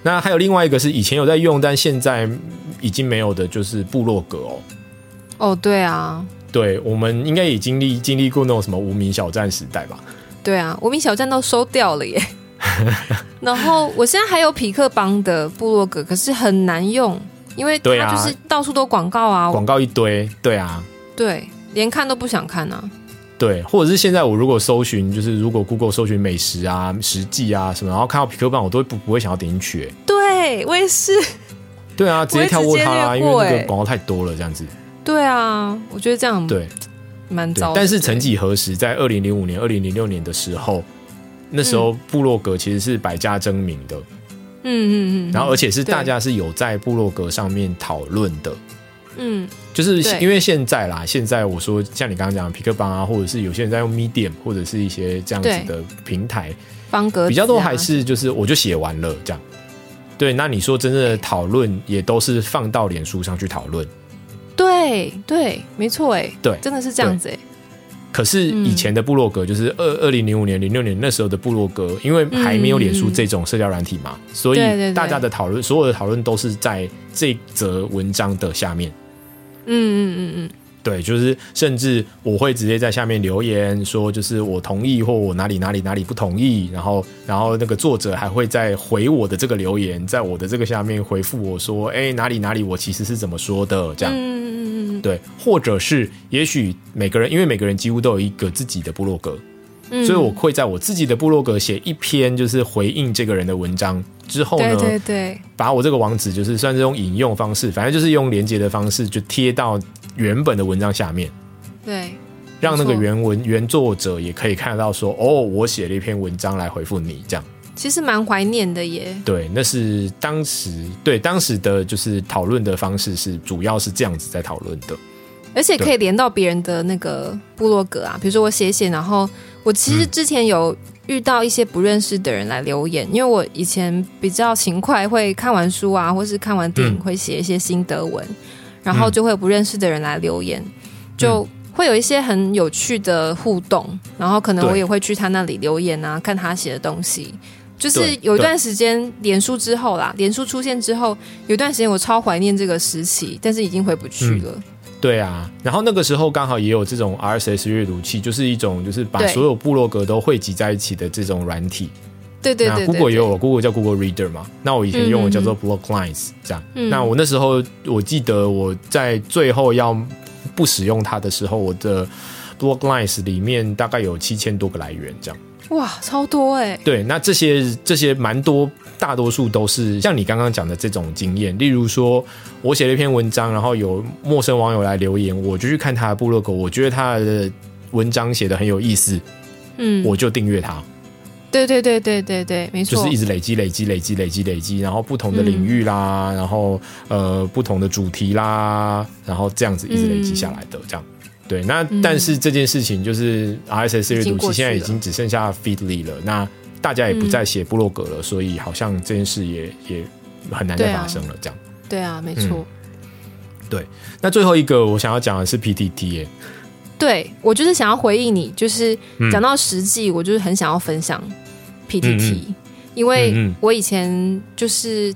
那还有另外一个是以前有在用，但现在已经没有的，就是部落格哦。 哦，对啊， 对，我们应该也经历经历过那种什么无名小站时代吧？ 对啊，无名小站都收掉了耶。然后我现在还有痞客邦的部落格，可是很难用，因为它就是到处都广告啊， 广告一堆。对啊， 对，连看都不想看啊。 对，或者是现在我如果搜寻，就是如果 Google 搜寻美食啊、食记啊什么，然后看到痞客邦，我都不不会想要点进去。 对，我也是。 对啊，直接跳过它啊，因为那个广告太多了，这样子。 对啊，我觉得这样对蛮糟的。 但是曾几何时，在二零零五年、二零零六年的时候，那时候部落格其实是百家争鸣的。嗯嗯嗯。然后，而且是大家是有在部落格上面讨论的。嗯，就是因为现在啦，现在我说像你刚刚讲的痞客邦啊，或者是有些人在用 Medium 或者是一些这样子的平台， 方格、啊、 比较多还是就是我就写完了这样。对，那你说真正的讨论也都是放到脸书上去讨论。 对对，没错哎， 对， 真的是这样子哎。 可是以前的部落格，就是二二零零五年、零六年那时候的部落格，因为还没有脸书这种社交软体嘛，嗯、所以大家的讨论，所有的讨论都是在这则文章的下面。嗯嗯嗯嗯，对，就是甚至我会直接在下面留言说，就是我同意或我哪里哪里哪里不同意，然后然后那个作者还会再回我的这个留言，在我的这个下面回复我说，哎，哪里哪里我其实是怎么说的，这样。嗯嗯嗯，对，或者是也许每个人，因为每个人几乎都有一个自己的部落格。嗯、所以我会在我自己的部落格写一篇就是回应这个人的文章之后呢， 对对对， 把我这个网址就是算是用引用方式，反正就是用连结的方式就贴到原本的文章下面， 对， 让那个原文原作者也可以看得到说，哦，我写了一篇文章来回复你，这样。 其实蛮怀念的耶。 对，那是当时对当时的就是讨论的方式是主要是这样子在讨论的。 而且可以连到别人的那个部落格啊，比如说我写写，然后我其实之前有遇到一些不认识的人来留言，因为我以前比较勤快，会看完书啊，或是看完电影会写一些心得文，嗯、然后就会有不认识的人来留言，就会有一些很有趣的互动，然后可能我也会去他那里留言啊，看他写的东西。就是有一段时间，脸书之后啦，脸书出现之后，有一段时间我超怀念这个时期，但是已经回不去了。嗯对啊，然后那个时候刚好也有这种 R S S 阅读器，就是一种就是把所有部落格都汇集在一起的这种软体。 对对 对, 对, 对, 对， Google 也有 Google 叫 Google Reader 嘛，那我以前用的叫做 Blog Lines 这样。嗯、那我那时候我记得我在最后要不使用它的时候，我的 Blog Lines 里面大概有七千多个来源这样。 哇，超多哎、欸！ 对，那这些这些蛮多，大多数都是像你刚刚讲的这种经验。例如说，我写了一篇文章，然后有陌生网友来留言，我就去看他的部落格，我觉得他的文章写得很有意思，嗯，我就订阅他。 对对对对对对，没错， 就是一直累积累积累积累积累积，然后不同的领域啦，嗯、然后呃不同的主题啦，然后这样子一直累积下来的、嗯、这样。对，那、嗯、但是这件事情就是 R S S 阅读器现在已经只剩下 Feedly 了，那大家也不再写部落格了、嗯，所以好像这件事也也很难再发生了，这样。 对啊，没错、嗯。 对，那最后一个我想要讲的是 P T T 耶。 对，我就是想要回应你，就是讲到实际、嗯，我就是很想要分享 P T T，、嗯嗯、因为我以前就是，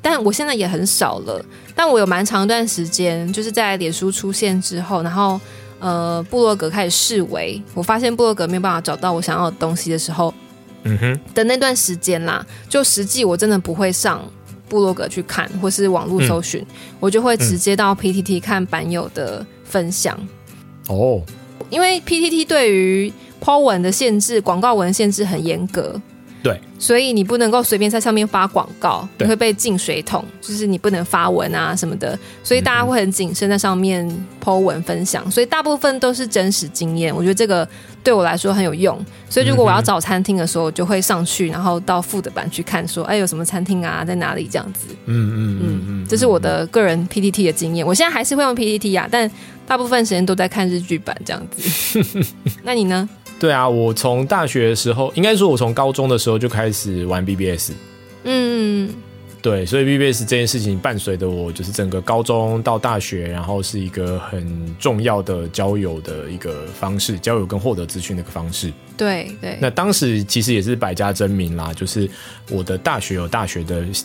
但我现在也很少了，但我有蛮长一段时间就是在脸书出现之后，然后。呃，部落格开始式微，我发现部落格没有办法找到我想要的东西的时候，嗯哼，的那段时间啦，就实际我真的不会上部落格去看，或是网络搜寻、嗯，我就会直接到 P T T 看版友的分享。哦，因为 P T T 对于 po 文的限制、广告文限制很严格。 对， 所以你不能够随便在上面发广告，你会被进水桶，就是你不能发文啊什么的，所以大家会很谨慎在上面 po 文分享，所以大部分都是真实经验，我觉得这个对我来说很有用，所以如果我要找餐厅的时候，我就会上去，然后到副的版去看说，哎，有什么餐厅啊，在哪里这样子。嗯嗯嗯嗯，这是我的个人 P T T 的经验，我现在还是会用 P T T 啊，但大部分时间都在看日剧版这样子。那你呢？ 对啊，我从大学的时候，应该说我从高中的时候就开始玩 B B S。嗯，对，所以 B B S 这件事情伴随着我，就是整个高中到大学，然后是一个很重要的交友的一个方式，交友跟获得资讯的一个方式。 对对。 那当时其实也是百家争鸣啦，就是我的大学有大学的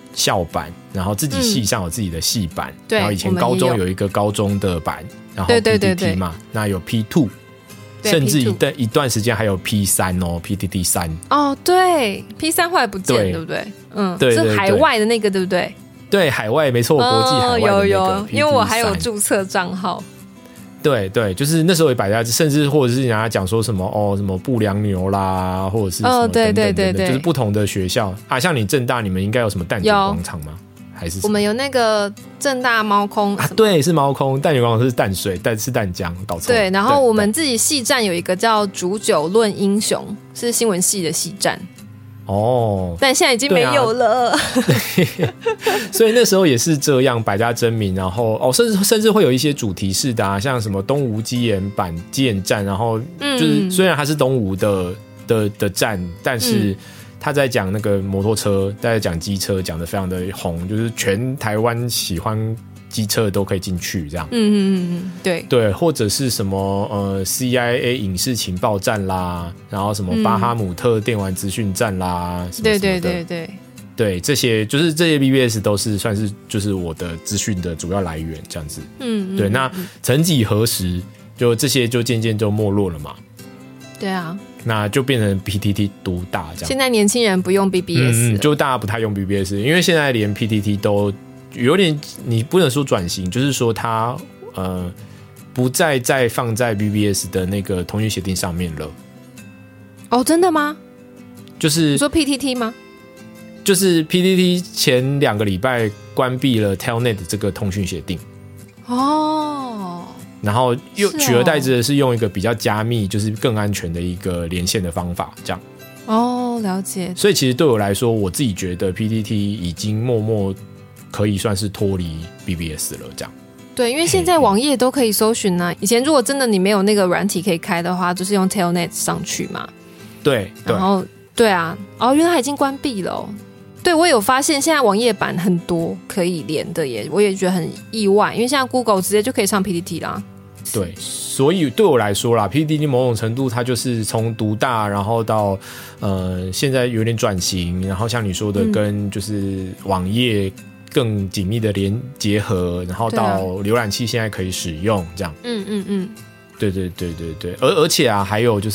校版，然后自己系上有自己的系版、 嗯、 然后以前高中有一个高中的版，然后 P T T 嘛， 对对对对， 那有 P 二， 甚至一段一段时间还有 P 三 哦 P T T 三哦，对 P 三后来不见， 对, 对不对？嗯，对对对，是海外的那个对不对？ 对，海外没错，国际海外的那个、 哦、有有，因为我还有注册账号。 对对，就是那时候也摆在，甚至或者是人家讲说什么哦，什么不良牛啦，或者是什么等等等等、哦、对对对对，就是不同的学校啊，像你政大，你们应该有什么淡水广场吗？还是我们有那个政大猫空啊？对，是猫空，淡水广场是淡水，但是淡江，搞错。 对，然后我们自己系站有一个叫煮酒论英雄，是新闻系的系站。哦，但现在已经没有了、啊、 所以那时候也是这样百家争鸣，然后哦，甚至甚至会有一些主题式的啊，像什么东吴基研版基研站，然后就是虽然它是东吴的的的站，但是他在讲那个摩托车，在讲机车，讲得非常的红，就是全台湾喜欢机车都可以进去这样。嗯嗯嗯，对对，或者是什么呃 C I A 影视情报站啦，然后什么巴哈姆特电玩资讯站啦，嗯、什么什么的，对对对对对，这些就是这些 B B S 都是算是就是我的资讯的主要来源这样子。嗯，对，那曾几何时，就这些就渐渐就没落了嘛。 对啊。 那就变成 P T T 独大这样。 现在年轻人不用 B B S、 嗯、就大家不太用 B B S， 因为现在连 P T T 都有点，你不能说转型，就是说它呃不再再放在 B B S 的那个通讯协定上面了。 哦，真的吗？ 就是你说 P T T 吗？ 就是 P T T 前两个礼拜关闭了 Telnet 这个通讯协定。哦。然后又取而代之的是用一个比较加密，就是更安全的一个连线的方法，这样。 哦，了解。 所以其实对我来说，我自己觉得 P T T 已经默默可以算是脱离 B B S 了，这样。 对，因为现在网页都可以搜寻啊。以前如果真的你没有那个软体可以开的话，就是用 Telnet 上去嘛。 对，对然后对啊，哦，原来它已经关闭了、哦。对，我有发现现在网页版很多可以连的耶，我也觉得很意外，因为现在 Google 直接就可以上 P T T 啦。 对，所以对我来说啦 ，P T T 某种程度它就是从独大，然后到呃现在有点转型，然后像你说的跟就是网页更紧密的连结合，然后到浏览器现在可以使用这样。嗯嗯嗯，对对对对对，而而且啊，还有就是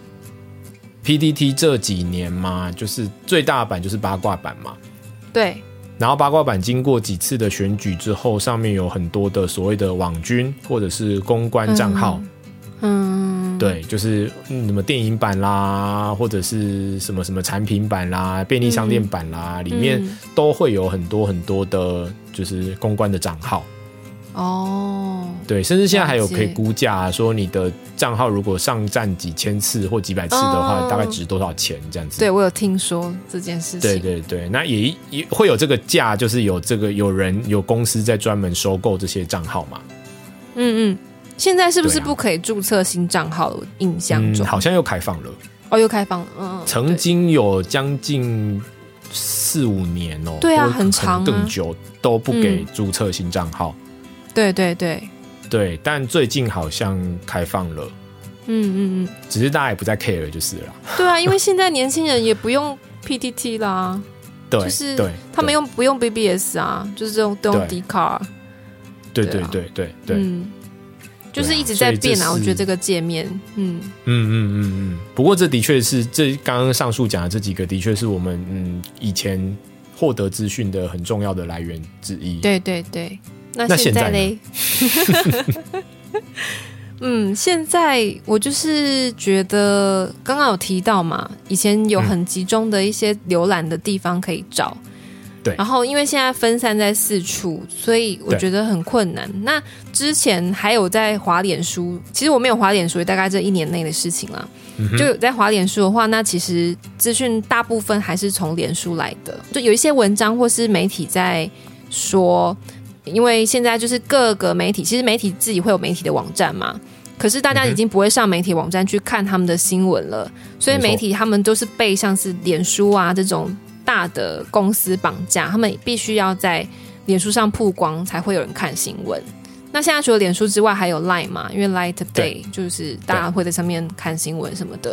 P T T 这几年嘛，就是最大版就是八卦版嘛。 对。 然后八卦版经过几次的选举之后，上面有很多的所谓的网军或者是公关账号，嗯，对，就是什么电影版啦，或者是什么什么产品版啦、便利商店版啦，嗯、里面都会有很多很多的，就是公关的账号。哦，对，甚至现在还有可以估价说你的账号如果上站几千次或几百次的话，哦、大概值多少钱这样子。 对，我有听说这件事情。 对对对，那也也会有这个价，就是有这个有人有公司在专门收购这些账号嘛。 嗯嗯，现在是不是不可以注册新账号？我印象中、 嗯、好像又开放了。 哦，又开放了。嗯， 曾经有将近四五年哦， 对啊，很长、啊， 更久都不给注册新账号。嗯对对对对，但最近好像开放了，嗯嗯嗯，只是大家也不再 care 就是了。 对啊，因为现在年轻人也不用 P T T 啦， 对， 就是对， 他们用不用 B B S 啊，就是这种都用 D 卡。 对对对对对，嗯， 就是一直在变啊，我觉得这个界面，嗯嗯嗯嗯嗯。不过这的确是，这刚刚上述讲的这几个，的确是我们嗯以前获得资讯的很重要的来源之一。 对对对。那现在嘞？嗯，现在我就是觉得刚刚有提到嘛，以前有很集中的一些浏览的地方可以找，对、嗯。然后因为现在分散在四处，所以我觉得很困难。那之前还有在滑脸书，其实我没有滑脸书，大概这一年内的事情啦。嗯、就有在滑脸书的话，那其实资讯大部分还是从脸书来的，就有一些文章或是媒体在说。因为现在就是各个媒体，其实媒体自己会有媒体的网站嘛，可是大家已经不会上媒体网站去看他们的新闻了，所以媒体他们都是被像是脸书啊这种大的公司绑架，他们必须要在脸书上曝光才会有人看新闻。那现在除了脸书之外还有 Line 嘛，因为 Line Today 就是大家会在上面看新闻什么的，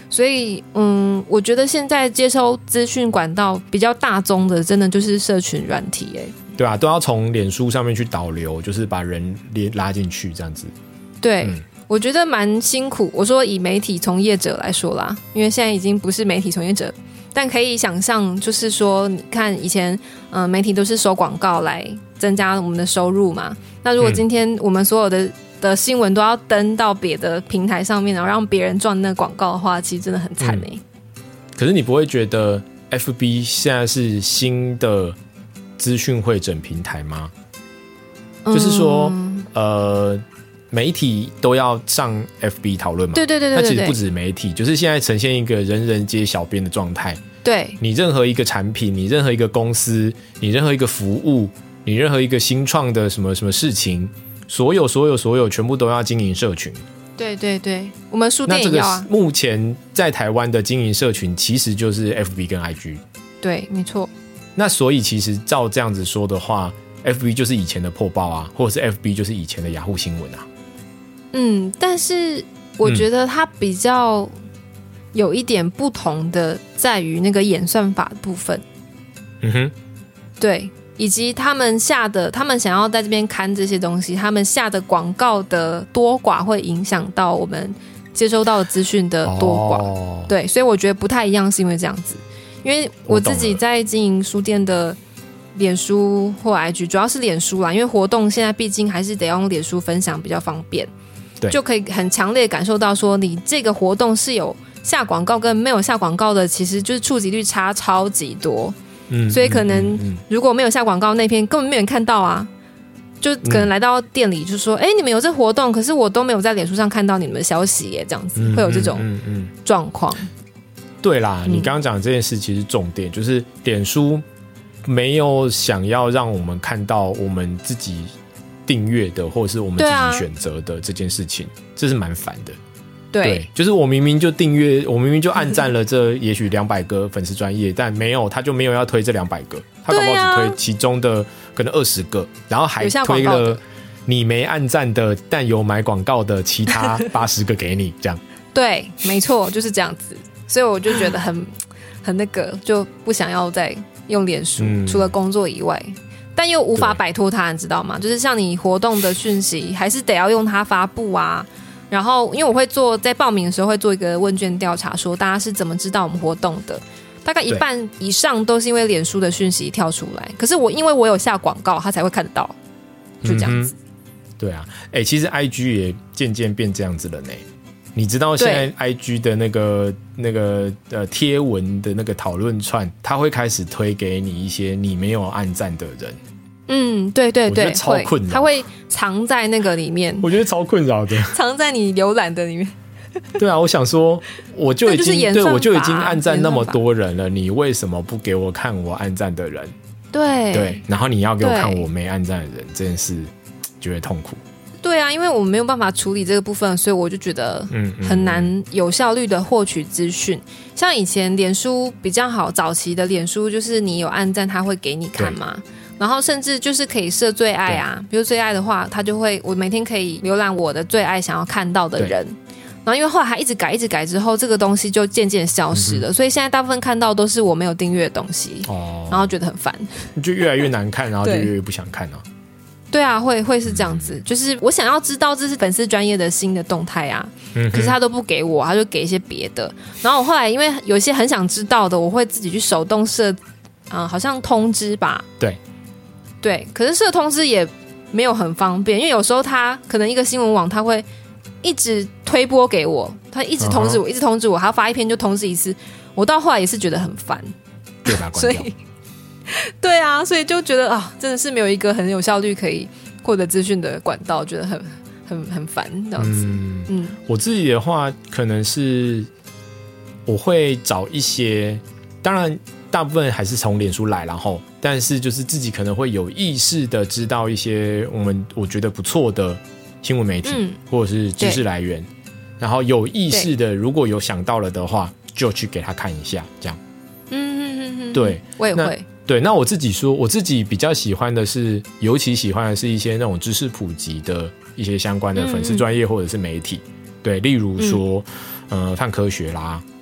所以嗯，我觉得现在接收资讯管道比较大宗的真的就是社群软体耶。 对啊，都要从脸书上面去导流，就是把人拉进去这样子。 对、嗯，我觉得蛮辛苦。我说以媒体从业者来说啦，因为现在已经不是媒体从业者，但可以想象，就是说，你看以前，嗯、呃，媒体都是收广告来增加我们的收入嘛。那如果今天我们所有的、嗯、的新闻都要登到别的平台上面，然后让别人赚那个广告的话，其实真的很惨哎、欸嗯。 可是你不会觉得 F B 现在是新的资讯汇整平台吗？嗯、就是说，呃。媒体都要上 F B 讨论嘛？ 对对对对对。 那其实不止媒体，就是现在呈现一个人人皆小编的状态。 对， 你任何一个产品，你任何一个公司，你任何一个服务，你任何一个新创的什么什么事情，所有所有所有全部都要经营社群。 对对对，我们书店也要啊。 那这个目前在台湾的经营社群其实就是 F B 跟 I G。 对，没错。 那所以其实照这样子说的话 ，F B 就是以前的破报啊，或者是 F B 就是以前的雅虎新闻啊。 嗯，但是我觉得它比较有一点不同的在于那个演算法的部分。 嗯哼， 对，以及他们下的，他们想要在这边看这些东西，他们下的广告的多寡会影响到我们接收到的资讯的多寡。哦、对，所以我觉得不太一样，是因为这样子。因为我自己在经营书店的脸书或 I G， 主要是脸书啦，因为活动现在毕竟还是得用脸书分享比较方便。就可以很强烈感受到说你这个活动是有下广告跟没有下广告的，其实就是触及率差超级多。嗯，所以可能如果没有下广告那篇根本没有人看到啊，就可能来到店里就说哎、嗯欸，你们有这活动，可是我都没有在脸书上看到你们的消息耶，这样子、嗯、会有这种状况、嗯嗯嗯、对啦，你刚刚讲的这件事其实重点就是脸书没有想要让我们看到我们自己订阅的或者是我们自己选择的这件事情、啊、这是蛮烦的。 对, 对，就是我明明就订阅，我明明就按赞了这也许两百个粉丝专页，但没有，他就没有要推这两百个，他搞不好只推其中的可能二十个，然后还推了你没按赞的但有买广告的其他八十个给你，这样。 对，没错，就是这样子。所以我就觉得很很那个，就不想要再用脸书、嗯，除了工作以外。但又无法摆脱它，你知道吗？就是像你活动的讯息，还是得要用它发布啊。然后，因为我会做在报名的时候会做一个问卷调查，说大家是怎么知道我们活动的。大概一半以上都是因为脸书的讯息跳出来，可是我因为我有下广告，他才会看得到，就这样子。嗯、 对啊，哎、欸，其实 I G 也渐渐变这样子了呢。你知道现在 I G 的那个那个呃贴文的那个讨论串，它会开始推给你一些你没有按赞的人。 嗯，对对对， 我觉得超困扰， 它会藏在那个里面。 我觉得超困扰的， 藏在你浏览的里面。 对啊，我想说，我就已经对我就已经按赞那么多人了，你为什么不给我看我按赞的人？ 对对，然后你要给我看我没按赞的人，这件事觉得痛苦。 对啊，因为我们没有办法处理这个部分，所以我就觉得很难有效率的获取资讯。像以前脸书比较好，早期的脸书就是你有按赞，他会给你看嘛。然后甚至就是可以设最爱啊，比如最爱的话，他就会我每天可以浏览我的最爱想要看到的人。然后因为后来还一直改一直改之后，这个东西就渐渐消失了、嗯、所以现在大部分看到都是我没有订阅的东西、哦、然后觉得很烦， 就越来越难看，然后就越来越不想看啊。 对啊，会会是这样子、嗯、就是我想要知道这是粉丝专页的新的动态啊、嗯、可是他都不给我，他就给一些别的。然后我后来因为有一些很想知道的，我会自己去手动设、呃、好像通知吧。 对对，可是设通知也没有很方便，因为有时候他可能一个新闻网他会一直推播给我，他一直通知我、uh-huh. 一直通知我，他发一篇就通知一次，我到后来也是觉得很烦， 对吧？所以对啊，所以就觉得啊，真的是没有一个很有效率可以获得资讯的管道，觉得很很很烦这样子。嗯嗯， 我自己的话可能是我会找一些，当然大部分还是从脸书来，然后但是就是自己可能会有意识的知道一些我们我觉得不错的新闻媒体、嗯、或者是知识来源，然后有意识的如果有想到了的话就去给他看一下这样。 嗯嗯嗯嗯， 对， 我也会。 对，那我自己说我自己比较喜欢的是，尤其喜欢的是一些那种知识普及的一些相关的粉丝专页或者是媒体、嗯、对，例如说、嗯、呃泛科学啦，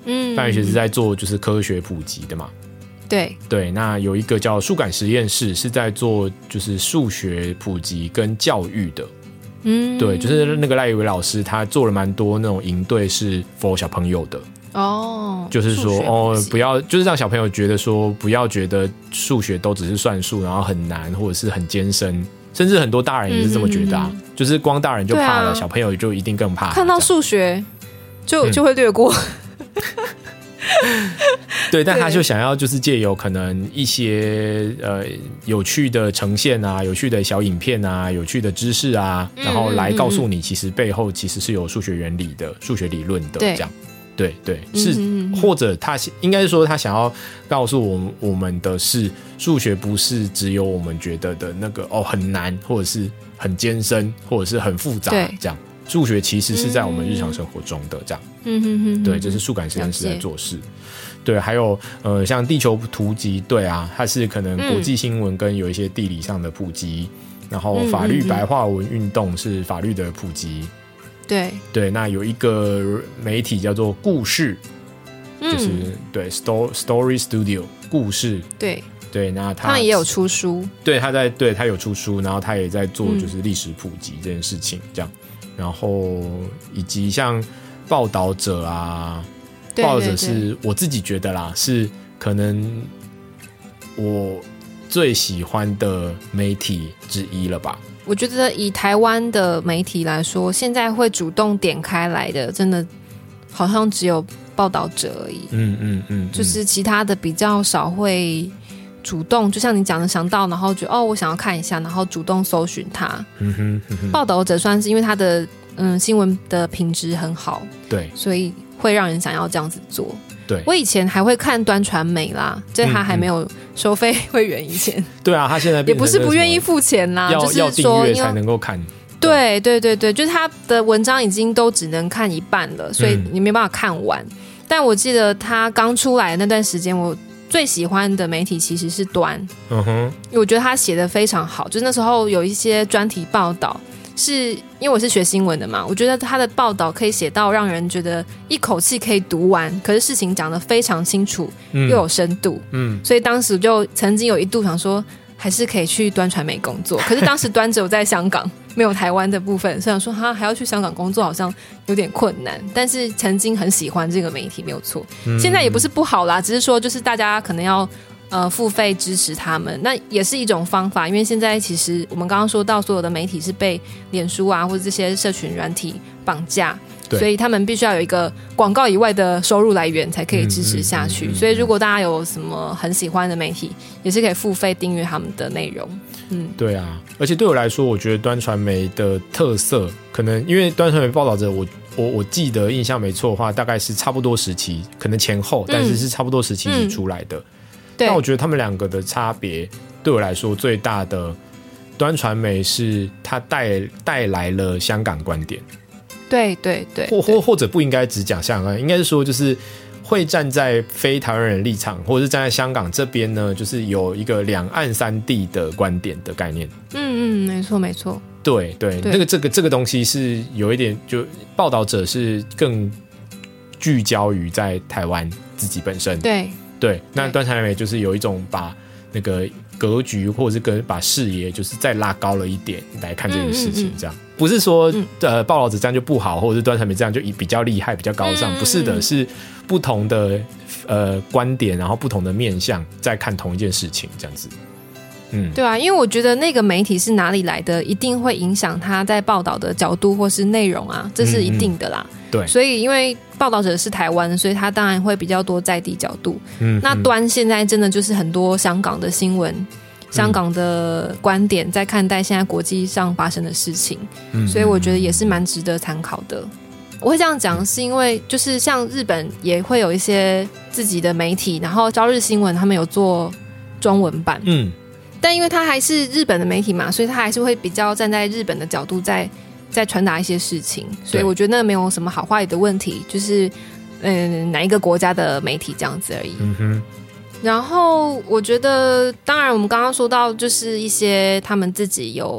嗯，范宇学是在做就是科学普及的嘛。 对对，那有一个叫数感实验室是在做就是数学普及跟教育的。嗯，对，就是那个赖以为老师他做了蛮多那种营队是 for 小朋友的。哦，就是说哦，不要就是让小朋友觉得说不要觉得数学都只是算术，然后很难或者是很艰深，甚至很多大人也是这么觉得啊，嗯、就是光大人就怕了、啊，小朋友就一定更怕。 看到数学就就会略过。 对，但他就想要就是借由可能一些呃有趣的呈现啊，有趣的小影片啊，有趣的知识啊，然后来告诉你，其实背后其实是有数学原理的、数学理论的这样。对对，是、嗯、或者他应该是说他想要告诉我们我们的是，数学不是只有我们觉得的那个哦很难，或者是很艰深，或者是很复杂这样。数学其实是在我们日常生活中的这样。嗯哼哼，对，这是数感实验室在做事。对，还有呃，像地球突击队啊，它是可能国际新闻跟有一些地理上的普及，嗯、然后法律白话文运动是法律的普及。 对对，那有一个媒体叫做故事，嗯、就是对 Story Story Studio 故事。 对对，那他他们也有出书。对， 他在对他有出书，然后他也在做就是历史普及这件事情，这样。然后以及像报道者啊，对对对，报道者是我自己觉得啦，是可能我最喜欢的媒体之一了吧。 我觉得以台湾的媒体来说，现在会主动点开来的，真的好像只有报道者而已。嗯嗯 嗯, 嗯，就是其他的比较少会主动，就像你讲的，想到然后觉得哦，我想要看一下，然后主动搜寻它。嗯哼嗯哼，报道者算是因为他的嗯新闻的品质很好， 对， 所以会让人想要这样子做。 对， 我以前还会看端传媒啦，在他还没有收费会员以前。 对啊，他现在变成也不是不愿意付钱啦， 要就是要订阅才能够看。 对对对对，就是他的文章已经都只能看一半了，所以你没办法看完。嗯、但我记得他刚出来的那段时间，我最喜欢的媒体其实是端。嗯哼，因为我觉得他写的非常好，就是那时候有一些专题报道。是因为我是学新闻的嘛，我觉得他的报道可以写到让人觉得一口气可以读完，可是事情讲得非常清楚，嗯、又有深度，嗯，所以当时就曾经有一度想说，还是可以去端传媒工作。可是当时端只有在香港，没有台湾的部分，所以想说哈还要去香港工作，好像有点困难。但是曾经很喜欢这个媒体，没有错。嗯、现在也不是不好啦，只是说就是大家可能要。呃，付费支持他们，那也是一种方法。因为现在其实我们刚刚说到，所有的媒体是被脸书啊或者这些社群软体绑架，所以他们必须要有一个广告以外的收入来源才可以支持下去。嗯嗯嗯嗯、所以如果大家有什么很喜欢的媒体，也是可以付费订阅他们的内容。嗯， 对啊，而且对我来说，我觉得端传媒的特色，可能因为端传媒报道者，我我我记得印象没错的话，大概是差不多时期，可能前后，但是是差不多时期是出来的。嗯嗯那我觉得他们两个的差别对我来说最大的，端传媒是它带带来了香港观点， 对对对， 或或或者不应该只讲香港，应该是说就是会站在非台湾人的立场，或者是站在香港这边呢，就是有一个两岸三地的观点的概念。 嗯嗯，没错没错， 对对，那个这个这个东西是有一点，就报道者是更聚焦于在台湾自己本身， 对。 对，那端传媒就是有一种把那个格局或者是跟把视野就是再拉高了一点来看这件事情，这样、嗯嗯嗯、不是说、嗯、呃报道者这样就不好，或者是端传媒这样就比较厉害比较高尚、嗯、不是的，是不同的呃观点，然后不同的面向在看同一件事情这样子。嗯， 对啊，因为我觉得那个媒体是哪里来的，一定会影响他在报道的角度或是内容啊，这是一定的啦。嗯嗯对，所以因为报道者是台湾，所以他当然会比较多在地角度。嗯，那端现在真的就是很多香港的新闻、嗯、香港的观点在看待现在国际上发生的事情，嗯，所以我觉得也是蛮值得参考的。我会这样讲是因为就是像日本也会有一些自己的媒体，然后朝日新闻他们有做中文版，嗯，但因为他还是日本的媒体嘛，所以他还是会比较站在日本的角度在在传达一些事情，所以我觉得那没有什么好坏的问题，就是嗯哪一个国家的媒体这样子而已。嗯哼。然后我觉得，当然我们刚刚说到，就是一些他们自己有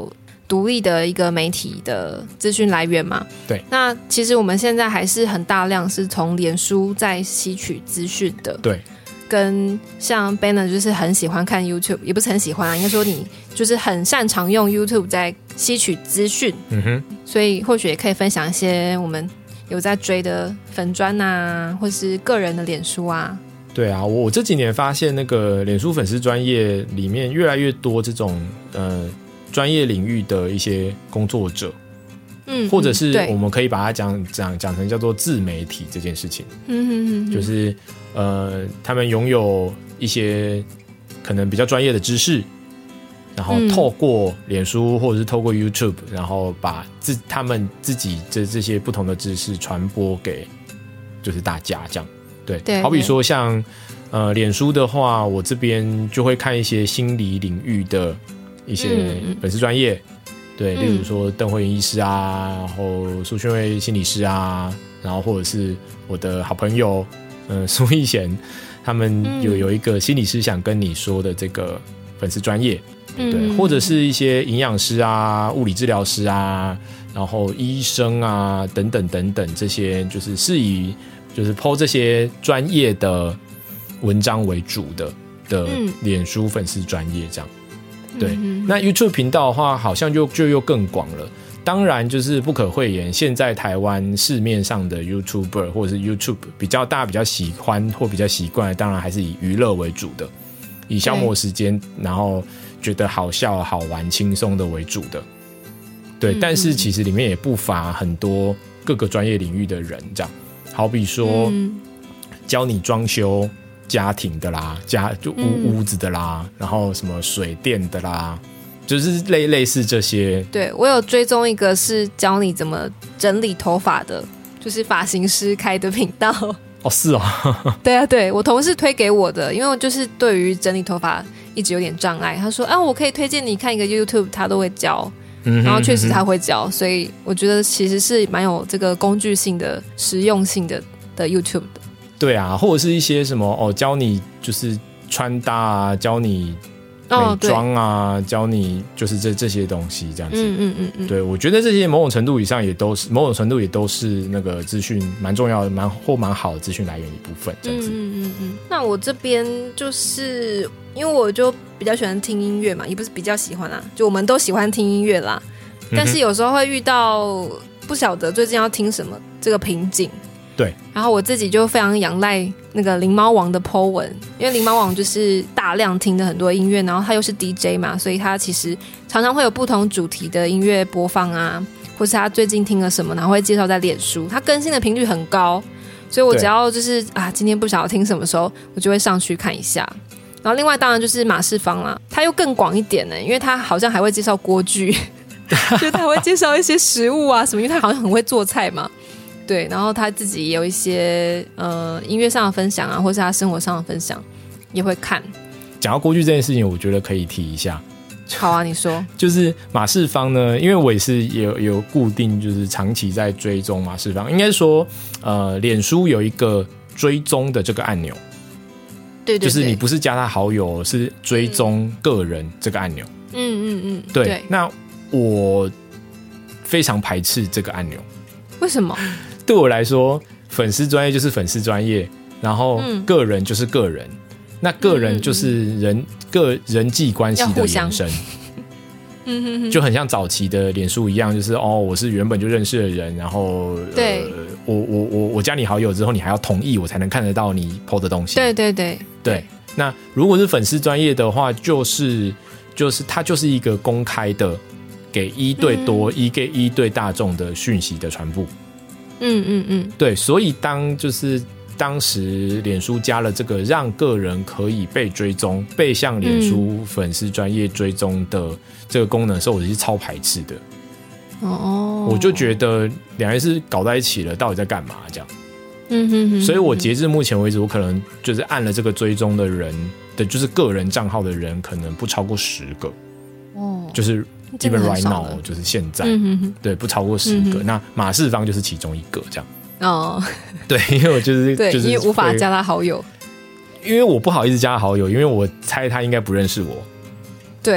独立的一个媒体的资讯来源嘛。 对， 那其实我们现在还是很大量是从脸书在吸取资讯的。 对， 跟像 Banner 就是很喜欢看 YouTube， 也不是很喜欢啊，应该说你就是很擅长用 YouTube 在吸取资讯。嗯哼，所以或许也可以分享一些我们有在追的粉专啊，或是个人的脸书啊。 对啊，我这几年发现那个脸书粉丝专页里面越来越多这种呃专业领域的一些工作者，嗯，或者是我们可以把它讲讲讲成叫做自媒体这件事情，嗯哼哼，就是呃他们拥有一些可能比较专业的知识，然后透过脸书或者是透过 YouTube， 然后把自他们自己这这些不同的知识传播给就是大家这样。对，对，好比说像呃脸书的话，我这边就会看一些心理领域的一些粉丝专页，嗯，对，例如说邓慧云医师啊，然后苏絢慧心理师啊，然后或者是我的好朋友嗯苏逸贤，他们有有一个心理师想跟你说的这个粉丝专页，对，嗯，或者是一些营养师啊、物理治疗师啊，然后医生啊等等等等，这些就是是以就是 po 这些专业的文章为主的的脸书粉丝专页这样，嗯，对，嗯。那 YouTube 频道的话，好像就就又更广了。当然，就是不可讳言，现在台湾市面上的 YouTuber 或者是 YouTube 比较大、比较喜欢或比较习惯，当然还是以娱乐为主的，以消磨时间，然后觉得好笑、好玩、轻松的为主的。对，嗯，但是其实里面也不乏很多各个专业领域的人这样。好比说，嗯，教你装修家庭的啦，家就屋屋子的啦，嗯，然后什么水电的啦，就是类类似这些。 对，我有追踪一个是教你怎么整理头发的，就是发型师开的频道。 哦，是哦。 对啊，对，我同事推给我的，因为我就是对于整理头发一直有点障碍。他说啊，我可以推荐你看一个 YouTube， 他都会教。然后确实他会教，所以我觉得其实是蛮有这个工具性的、实用性的的 YouTube 的。 对啊，或者是一些什么哦，教你就是穿搭啊，教你美妆啊，哦，教你就是这这些东西这样子。嗯嗯嗯嗯。对，我觉得这些某种程度以上也都是某种程度也都是那个资讯蛮重要的、蛮或蛮好的资讯来源一部分这样子。嗯嗯嗯。那我这边就是因为我就比较喜欢听音乐嘛，也不是比较喜欢啦，就我们都喜欢听音乐啦。但是有时候会遇到不晓得最近要听什么这个瓶颈。 对， 然后我自己就非常仰赖那个灵猫王的 po 文，因为灵猫王就是大量听的很多音乐，然后他又是 D J 嘛，所以他其实常常会有不同主题的音乐播放啊，或是他最近听了什么，然后会介绍在脸书，他更新的频率很高，所以我只要就是啊，今天不晓得听什么时候，我就会上去看一下。然后另外当然就是马世芳啦，他又更广一点呢，因为他好像还会介绍锅具，就他会介绍一些食物啊什么，因为他好像很会做菜嘛。对，然后他自己也有一些呃音乐上的分享啊，或是他生活上的分享也会看。 讲到锅具这件事情，我觉得可以提一下。 好啊，你说。 就是马世芳呢，因为我也是有有固定，就是长期在追踪马世芳。应该说，呃，脸书有一个追踪的这个按钮。 对对对。 就是你不是加他好友，是追踪个人这个按钮。嗯嗯嗯。对。对，那我非常排斥这个按钮。 为什么？ 对我来说，粉丝专业就是粉丝专业，然后个人就是个人，嗯、那个人就是人、嗯、个人际关系的延伸。嗯哼哼，就很像早期的脸书一样，就是哦，我是原本就认识的人，然后对，呃、我我我我加你好友之后，你还要同意我才能看得到你 po 的东西。 对对对对。那如果是粉丝专业的话，就是就是它就是一个公开的。给一对多、嗯、一给一对大众的讯息的传播，嗯嗯嗯，对，所以当就是当时脸书加了这个让个人可以被追踪、被向脸书粉丝专页追踪的这个功能的时候，我是超排斥的。哦，我就觉得两人是搞在一起了，到底在干嘛这样？嗯哼哼，所以我截至目前为止，我可能就是按了这个追踪的人的，就是个人账号的人，可能不超过十个。哦，就是。Even right now 就是现在、嗯、哼哼对，不超过十个、嗯、那马世芳就是其中一个这样哦，对，因为我就是对， 就是因为无法加他好友， 因为我不好意思加他好友，因为我猜他应该不认识我， 对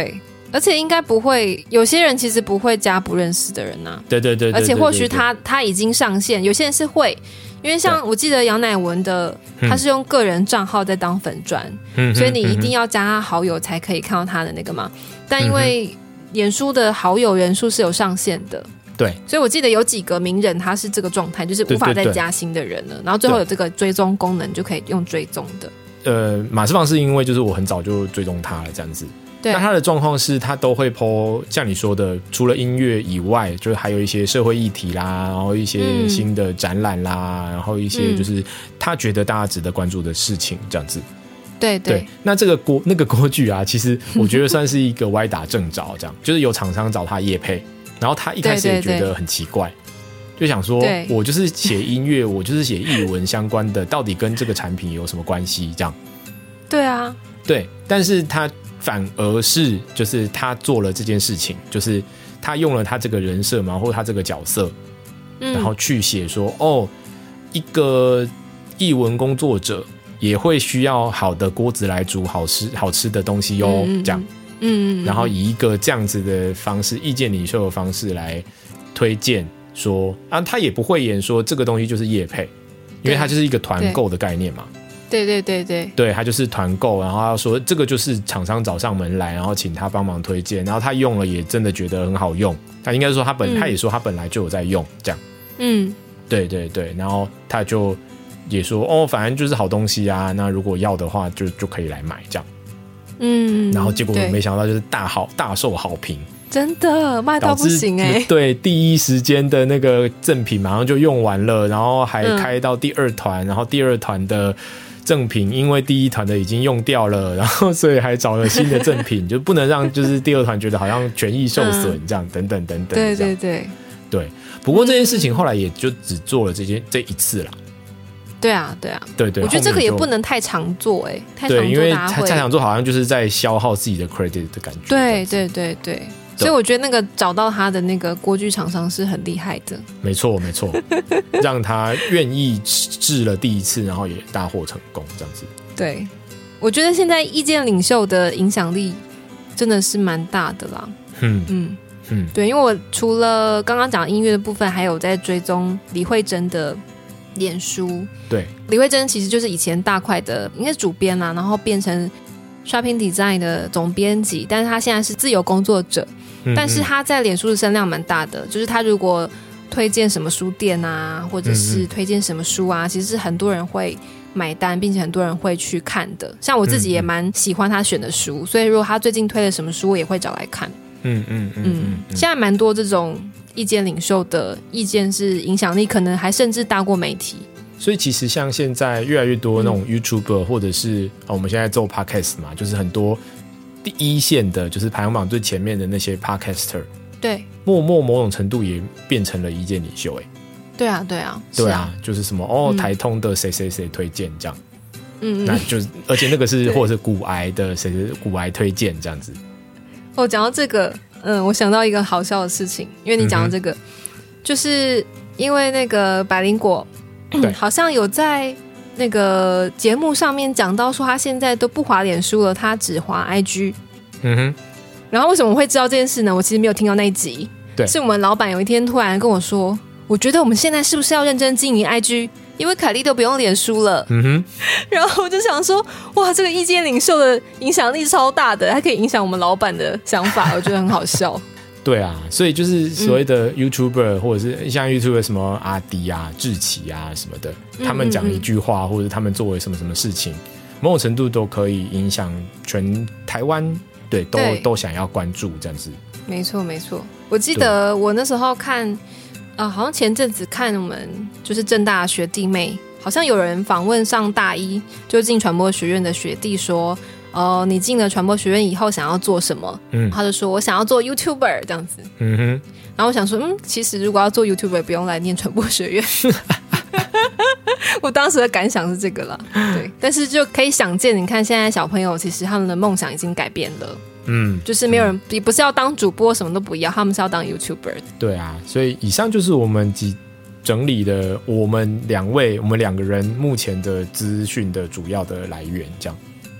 而且应该不会，有些人其实不会加不认识的人啊。 对对 对, 对, 对, 对, 对, 对，而且或许他他已经上线，有些人是会，因为像我记得杨乃文的，他是用个人账号在当粉专、嗯，所以你一定要加他好友才可以看到他的那个嘛。但因为脸书的好友人数是有上限的。 对， 所以我记得有几个名人他是这个状态，就是无法再加新的人了，对对对，然后最后有这个追踪功能就可以用追踪的。呃， 马世芳是因为就是我很早就追踪他了这样子。对，那他的状况是他都会 po 像你说的，除了音乐以外，就是还有一些社会议题啦，然后一些新的展览啦、嗯、然后一些就是他觉得大家值得关注的事情这样子。 对 对, 对， 那这个锅那个锅具啊，其实我觉得算是一个歪打正着，这样就是有厂商找他业配，然后他一开始也觉得很奇怪，对对对，就想说我就是写音乐，我就是写艺文相关的，到底跟这个产品有什么关系？这样。 对啊， 对，但是他反而是就是他做了这件事情，就是他用了他这个人设嘛，或者他这个角色，嗯、然后去写说哦，一个艺文工作者也会需要好的锅子来煮好吃好吃的东西哟、嗯，这样。嗯，然后以一个这样子的方式，意见领袖的方式来推荐说啊，他也不会演说这个东西就是业配，因为它就是一个团购的概念嘛。 对对对对， 对，他就是团购，然后他说这个就是厂商找上门来，然后请他帮忙推荐，然后他用了也真的觉得很好用，他应该说他本、嗯、他也说他本来就有在用这样。嗯，对对对，然后他就也说哦，反正就是好东西啊，那如果要的话就就可以来买这样。嗯，然后结果我没想到就是大好大受好评， 真的卖到不行哎、欸！ 对，第一时间的那个赠品马上就用完了，然后还开到第二团、嗯，然后第二团的赠品因为第一团的已经用掉了，然后所以还找了新的赠品，就不能让就是第二团觉得好像权益受损这样、嗯、等等等等。 对对对对，不过这件事情后来也就只做了这件这一次啦。 对啊对啊对对， 我觉得这个也不能太常做哎、欸，太常做对，因为太常做好像就是在消耗自己的 credit 的感觉。 对对对对，所以我觉得那个找到他的那个锅具厂商是很厉害的。 没错没错，让他愿意试了第一次，然后也大获成功这样子。 对，我觉得现在意见领袖的影响力真的是蛮大的啦。嗯嗯嗯，对，因为我除了刚刚讲音乐的部分，还有在追踪李慧珍的脸书。 对， 李慧珍其实就是以前大块的应该是主编啦，然后变成 Shopping Design 的总编辑，但是他现在是自由工作者。嗯嗯，但是他在脸书的声量蛮大的，就是他如果推荐什么书店啊，或者是推荐什么书啊，嗯嗯，其实很多人会买单，并且很多人会去看的。像我自己也蛮喜欢他选的书，嗯嗯，所以如果他最近推了什么书，我也会找来看。嗯嗯 嗯, 嗯, 嗯，现在蛮多这种意见领袖的意见是影响力可能还甚至大过媒体。 所以其实像现在越来越多那种 YouTuber、嗯、或者是、哦、我们现在做 Podcast 嘛，就是很多第一线的就是排行榜最前面的那些 Podcaster， 对， 默默某种程度也变成了意见领袖。 对啊对啊对啊，就是什么哦、嗯、台通的谁谁谁推荐这样，嗯，那就而且那个是或者是股癌的谁谁股癌推荐这样子。 哦，讲到这个嗯，我想到一个好笑的事情，因为你讲到这个、嗯、就是因为那个百灵果对，好像有在那个节目上面讲到说他现在都不滑脸书了，他只滑 I G。 嗯哼，然后为什么会知道这件事呢？我其实没有听到那一集，对，是我们老板有一天突然跟我说，我觉得我们现在是不是要认真经营 I G， 因为凯莉都不用脸书了。嗯哼，然后我就想说哇，这个意见领袖的影响力超大的，他可以影响我们老板的想法，我觉得很好笑。 对啊，所以就是所谓的 YouTuber、嗯、或者是像 YouTuber 什么阿迪啊、志奇啊什么的，他们讲一句话、嗯嗯嗯、或者他们作为什么什么事情，某种程度都可以影响全台湾，对，都对都想要关注这样子。没错没错，我记得我那时候看，呃，好像前阵子看我们就是政大学弟妹，好像有人访问上大一就进传播学院的学弟说。哦、呃，你进了传播学院以后想要做什么？嗯，他就说我想要做 YouTuber 这样子。嗯哼，然后我想说，嗯，其实如果要做 YouTuber， 不用来念传播学院。我当时的感想是这个啦，对，但是就可以想见，你看现在小朋友其实他们的梦想已经改变了。嗯，就是没有人，也不是要当主播，什么都不要，他们是要当 YouTuber。对啊，所以以上就是我们几整理的我们两位，我们两个人目前的资讯的主要的来源，这样。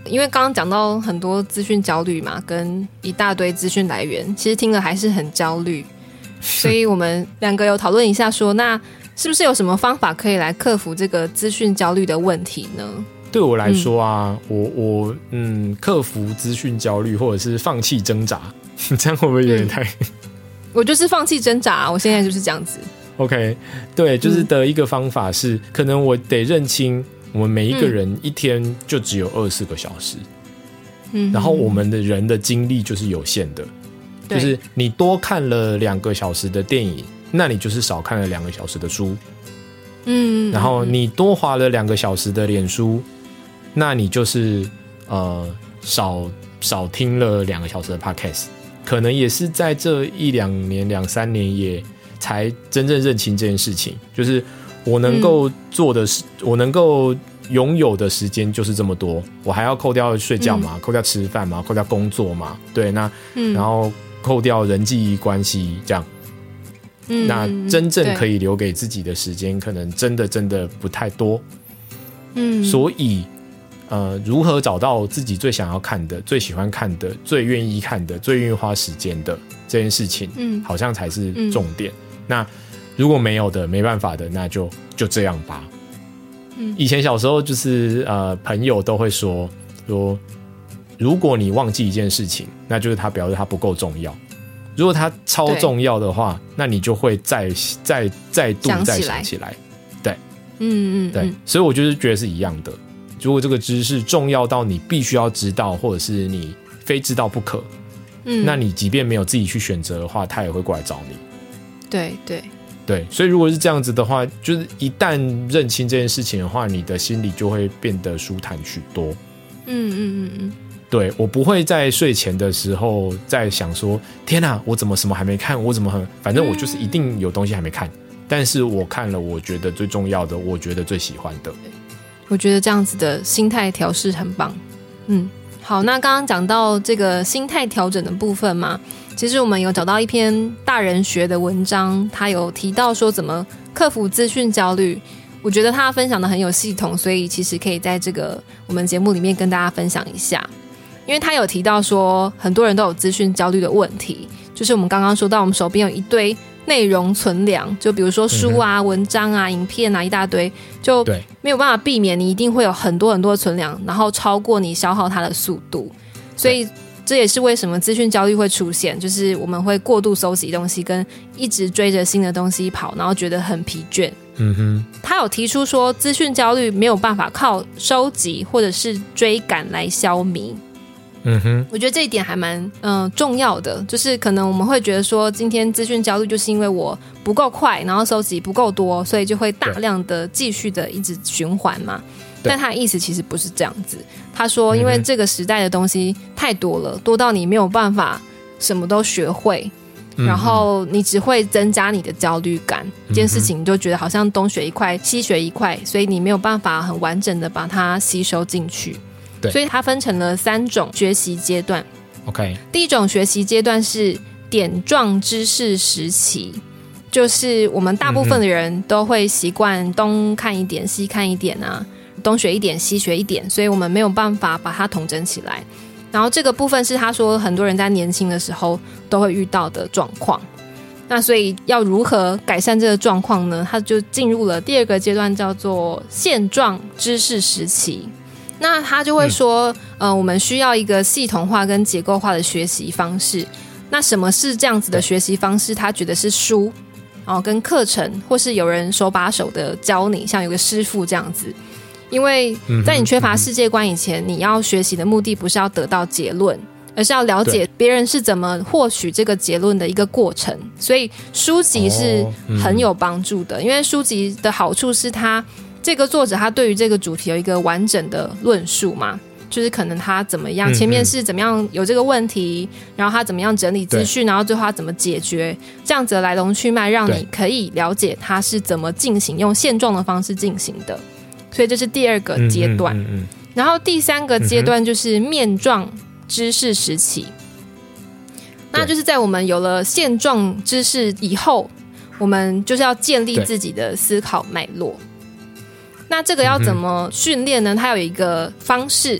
因为刚刚讲到很多资讯焦虑嘛，跟一大堆资讯来源，其实听了还是很焦虑，所以我们两个有讨论一下说，那是不是有什么方法可以来克服这个资讯焦虑的问题呢？ 对我来说啊，嗯、我我嗯，克服资讯焦虑或者是放弃挣扎，这样会不会有点太？嗯、 我就是放弃挣扎，我现在就是这样子。 OK， 对，就是的一个方法是，嗯、可能我得认清，我们每一个人一天就只有二十四个小时，嗯，然后我们的人的精力就是有限的，就是你多看了两个小时的电影，那你就是少看了两个小时的书，嗯，然后你多滑了两个小时的脸书。那你就是呃少少听了两个小时的 podcast， 可能也是在这一两年两三年也才真正认清这件事情，就是我能够做的事、嗯、我能够拥有的时间就是这么多，我还要扣掉睡觉嘛、嗯、扣掉吃饭嘛，扣掉工作嘛，对，那、嗯、然后扣掉人际关系这样、嗯、那真正可以留给自己的时间可能真的真的不太多，嗯，所以呃，如何找到自己最想要看的、最喜欢看的、最愿意看的、最愿意花时间的这件事情，嗯，好像才是重点。嗯、那如果没有的、没办法的，那就就这样吧。嗯，以前小时候就是呃，朋友都会说说，如果你忘记一件事情，那就是它表示它不够重要；如果它超重要的话，那你就会再再再度再想起来。对，嗯嗯，对，所以我就是觉得是一样的。如果这个知识重要到你必须要知道，或者是你非知道不可，嗯，那你即便没有自己去选择的话，他也会过来找你。对对对，所以如果是这样子的话，就是一旦认清这件事情的话，你的心里就会变得舒坦许多。嗯嗯嗯嗯，对，我不会在睡前的时候在想说，天哪，我怎么什么还没看？我怎么很，反正我就是一定有东西还没看，嗯、但是我看了，我觉得最重要的，我觉得最喜欢的。 我觉得这样子的心态调试很棒。嗯，好，那刚刚讲到这个心态调整的部分嘛，其实我们有找到一篇大人学的文章，他有提到说怎么克服资讯焦虑。我觉得他分享的很有系统，所以其实可以在这个我们节目里面跟大家分享一下。因为他有提到说很多人都有资讯焦虑的问题，就是我们刚刚说到我们手边有一堆内容存粮，就比如说书啊、嗯、文章啊、影片啊一大堆，就没有办法避免你一定会有很多很多的存粮，然后超过你消耗它的速度，所以这也是为什么资讯焦虑会出现，就是我们会过度搜集东西，跟一直追着新的东西跑，然后觉得很疲倦。嗯哼，他有提出说资讯焦虑没有办法靠收集或者是追赶来消弭。嗯哼，我觉得这一点还蛮嗯、呃、重要的，就是可能我们会觉得说今天资讯焦虑就是因为我不够快，然后收集不够多，所以就会大量的继续的一直循环嘛。但他的意思其实不是这样子，他说因为这个时代的东西太多了，多到你没有办法什么都学会，然后你只会增加你的焦虑感，这件事情你就觉得好像东学一块西学一块，所以你没有办法很完整的把它吸收进去。所以它分成了三种学习阶段。 OK， 第一种学习阶段是点状知识时期，就是我们大部分的人都会习惯东看一点西看一点啊，东学一点西学一点，所以我们没有办法把它统整起来。然后这个部分是他说很多人在年轻的时候都会遇到的状况，那所以要如何改善这个状况呢？他就进入了第二个阶段，叫做现状知识时期。那他就会说、嗯、呃，我们需要一个系统化跟结构化的学习方式。那什么是这样子的学习方式？他觉得是书、哦、跟课程，或是有人手把手的教你，像有个师傅这样子。因为在你缺乏世界观以前，你要学习的目的不是要得到结论，而是要了解别人是怎么获取这个结论的一个过程。所以书籍是很有帮助的、哦嗯、因为书籍的好处是它这个作者他对于这个主题有一个完整的论述嘛，就是可能他怎么样，前面是怎么样有这个问题，然后他怎么样整理资讯，然后最后他怎么解决，这样子的来龙去脉让你可以了解他是怎么进行，用现状的方式进行的。所以这是第二个阶段、嗯嗯嗯嗯、然后第三个阶段就是面状知识时期、嗯、那就是在我们有了现状知识以后，我们就是要建立自己的思考脉络。那这个要怎么训练呢？它有一个方式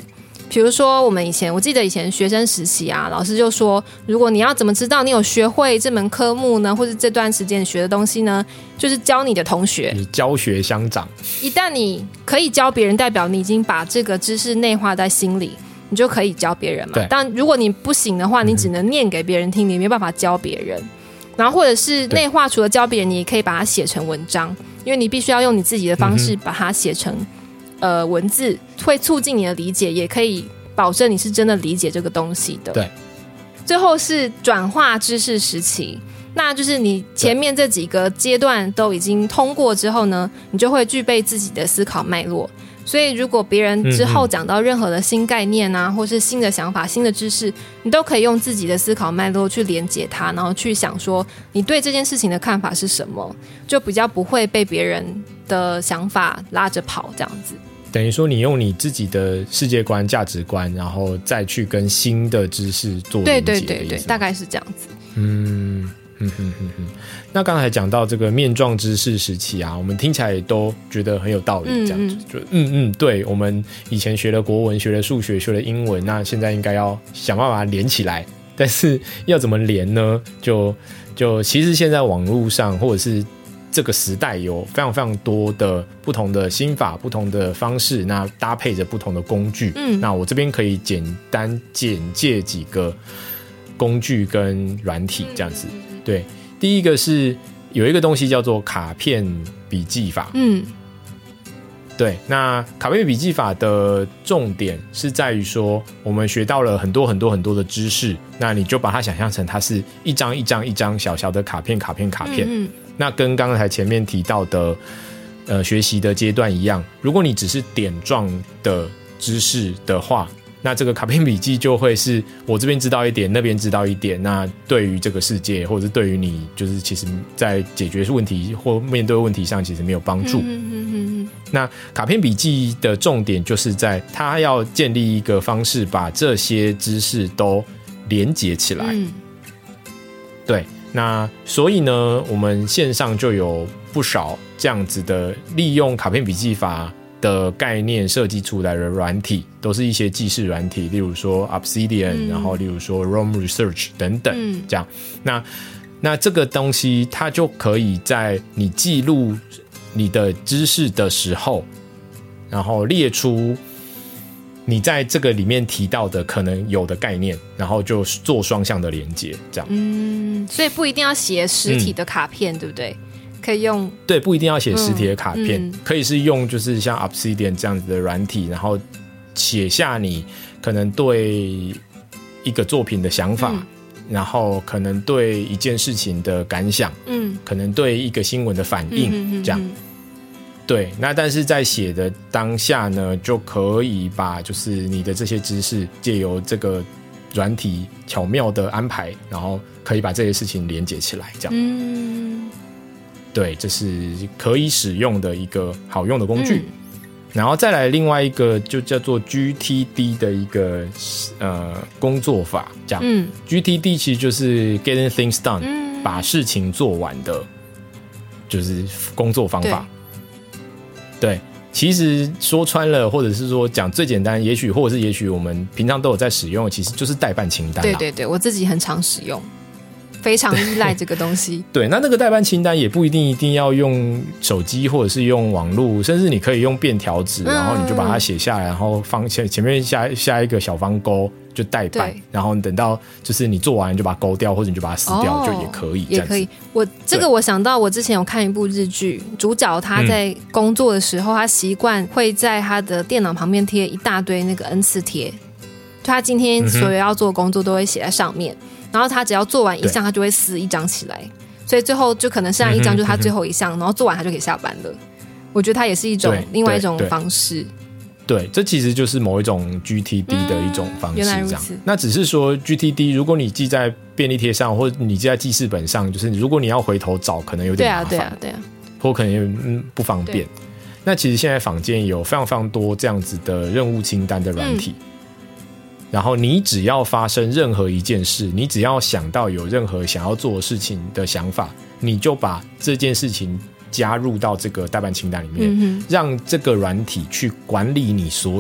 比如说我们以前我记得以前学生时期啊，老师就说如果你要怎么知道你有学会这门科目呢，或者这段时间学的东西呢，就是教你的同学， 你教学相长。 一旦你可以教别人，代表你已经把这个知识内化在心里，你就可以教别人嘛。但如果你不行的话，你只能念给别人听，你没办法教别人。然后或者是内化，除了教别人，你也可以把它写成文章，因为你必须要用你自己的方式把它写成、嗯、呃文字，会促进你的理解，也可以保证你是真的理解这个东西的。 对。 最后是转化知识时期，那就是你前面这几个阶段都已经通过之后呢，你就会具备自己的思考脉络。所以如果别人之后讲到任何的新概念啊、嗯、或是新的想法、新的知识，你都可以用自己的思考脉络去连接它，然后去想说你对这件事情的看法是什么，就比较不会被别人的想法拉着跑，这样子。 等于说你用你自己的世界观、价值观，然后再去跟新的知识做连接的意思。对对对对， 大概是这样子。 嗯嗯哼哼哼，那刚才讲到这个面状知识时期啊，我们听起来也都觉得很有道理，这样子、嗯、就嗯嗯，对，我们以前学了国文、学了数学、学了英文，那现在应该要想办法连起来，但是要怎么连呢？就就其实现在网络上或者是这个时代有非常非常多的不同的心法、不同的方式，那搭配着不同的工具。嗯，那我这边可以简单简介几个工具跟软体，这样子。对，第一个是有一个东西叫做卡片笔记法。嗯，对，那卡片笔记法的重点是在于说，我们学到了很多很多很多的知识，那你就把它想象成它是一张一张一张小小的卡片，卡片，卡片。嗯嗯，那跟刚才前面提到的呃学习的阶段一样，如果你只是点状的知识的话，那这个卡片笔记就会是我这边知道一点，那边知道一点，那对于这个世界或者是对于你就是其实在解决问题或面对问题上其实没有帮助。嗯嗯嗯嗯，那卡片笔记的重点就是在它要建立一个方式把这些知识都连结起来。嗯，对，那所以呢我们线上就有不少这样子的利用卡片笔记法的概念设计出来的软体，都是一些记事软体，例如说 Obsidian、嗯、然后例如说 Roam Research 等等、嗯、这样。那那这个东西它就可以在你记录你的知识的时候，然后列出你在这个里面提到的可能有的概念，然后就做双向的连接，这样。嗯， 所以不一定要写实体的卡片、嗯、对不对？可以用， 对，不一定要写实体的卡片、嗯嗯、可以是用就是像 Obsidian 这样子的软体，然后写下你可能对一个作品的想法、嗯、然后可能对一件事情的感想，嗯，可能对一个新闻的反应、嗯、哼哼哼这样。对，那但是在写的当下呢，就可以把就是你的这些知识借由这个软体巧妙的安排，然后可以把这些事情连接起来，这样。嗯，对，这是可以使用的一个好用的工具。嗯，然后再来另外一个就叫做 G T D 的一个呃工作法，这样。嗯 ，G T D 其实就是 Getting Things Done，、嗯、把事情做完的，就是工作方法。对，其实说穿了，或者是说讲最简单，也许或者是也许我们平常都有在使用，其实就是代办清单、啊。 对对对，我自己很常使用。非常依赖这个东西。 对, 对，那那个代办清单也不一定一定要用手机或者是用网络，甚至你可以用便条纸、嗯、然后你就把它写下来，然后放前前面下下一个小方勾就代办，然后等到就是你做完你就把它勾掉，或者你就把它撕掉、哦、就也可以， 也可以。我这个我想到我之前有看一部日剧，主角他在工作的时候、嗯、他习惯会在他的电脑旁边贴一大堆那个 N 次贴，他今天所有要做的工作都会写在上面、嗯，然后他只要做完一项他就会撕一张起来，所以最后就可能剩下一张就是他最后一项、嗯、然后做完他就可以下班了。我觉得它也是一种另外一种方式。 对, 对, 对，这其实就是某一种 G T D 的一种方式、嗯、原来如此。那只是说 G T D 如果你记在便利贴上或者你记在记事本上，就是如果你要回头找可能有点麻烦，对啊对啊对啊，或可能有点、嗯、不方便。那其实现在坊间有非常非常多这样子的任务清单的软体、嗯，然后你只要发生任何一件事，你只要想到有任何想要做的事情的想法，你就把这件事情加入到这个代办清单里面、嗯、让这个软体去管理你所有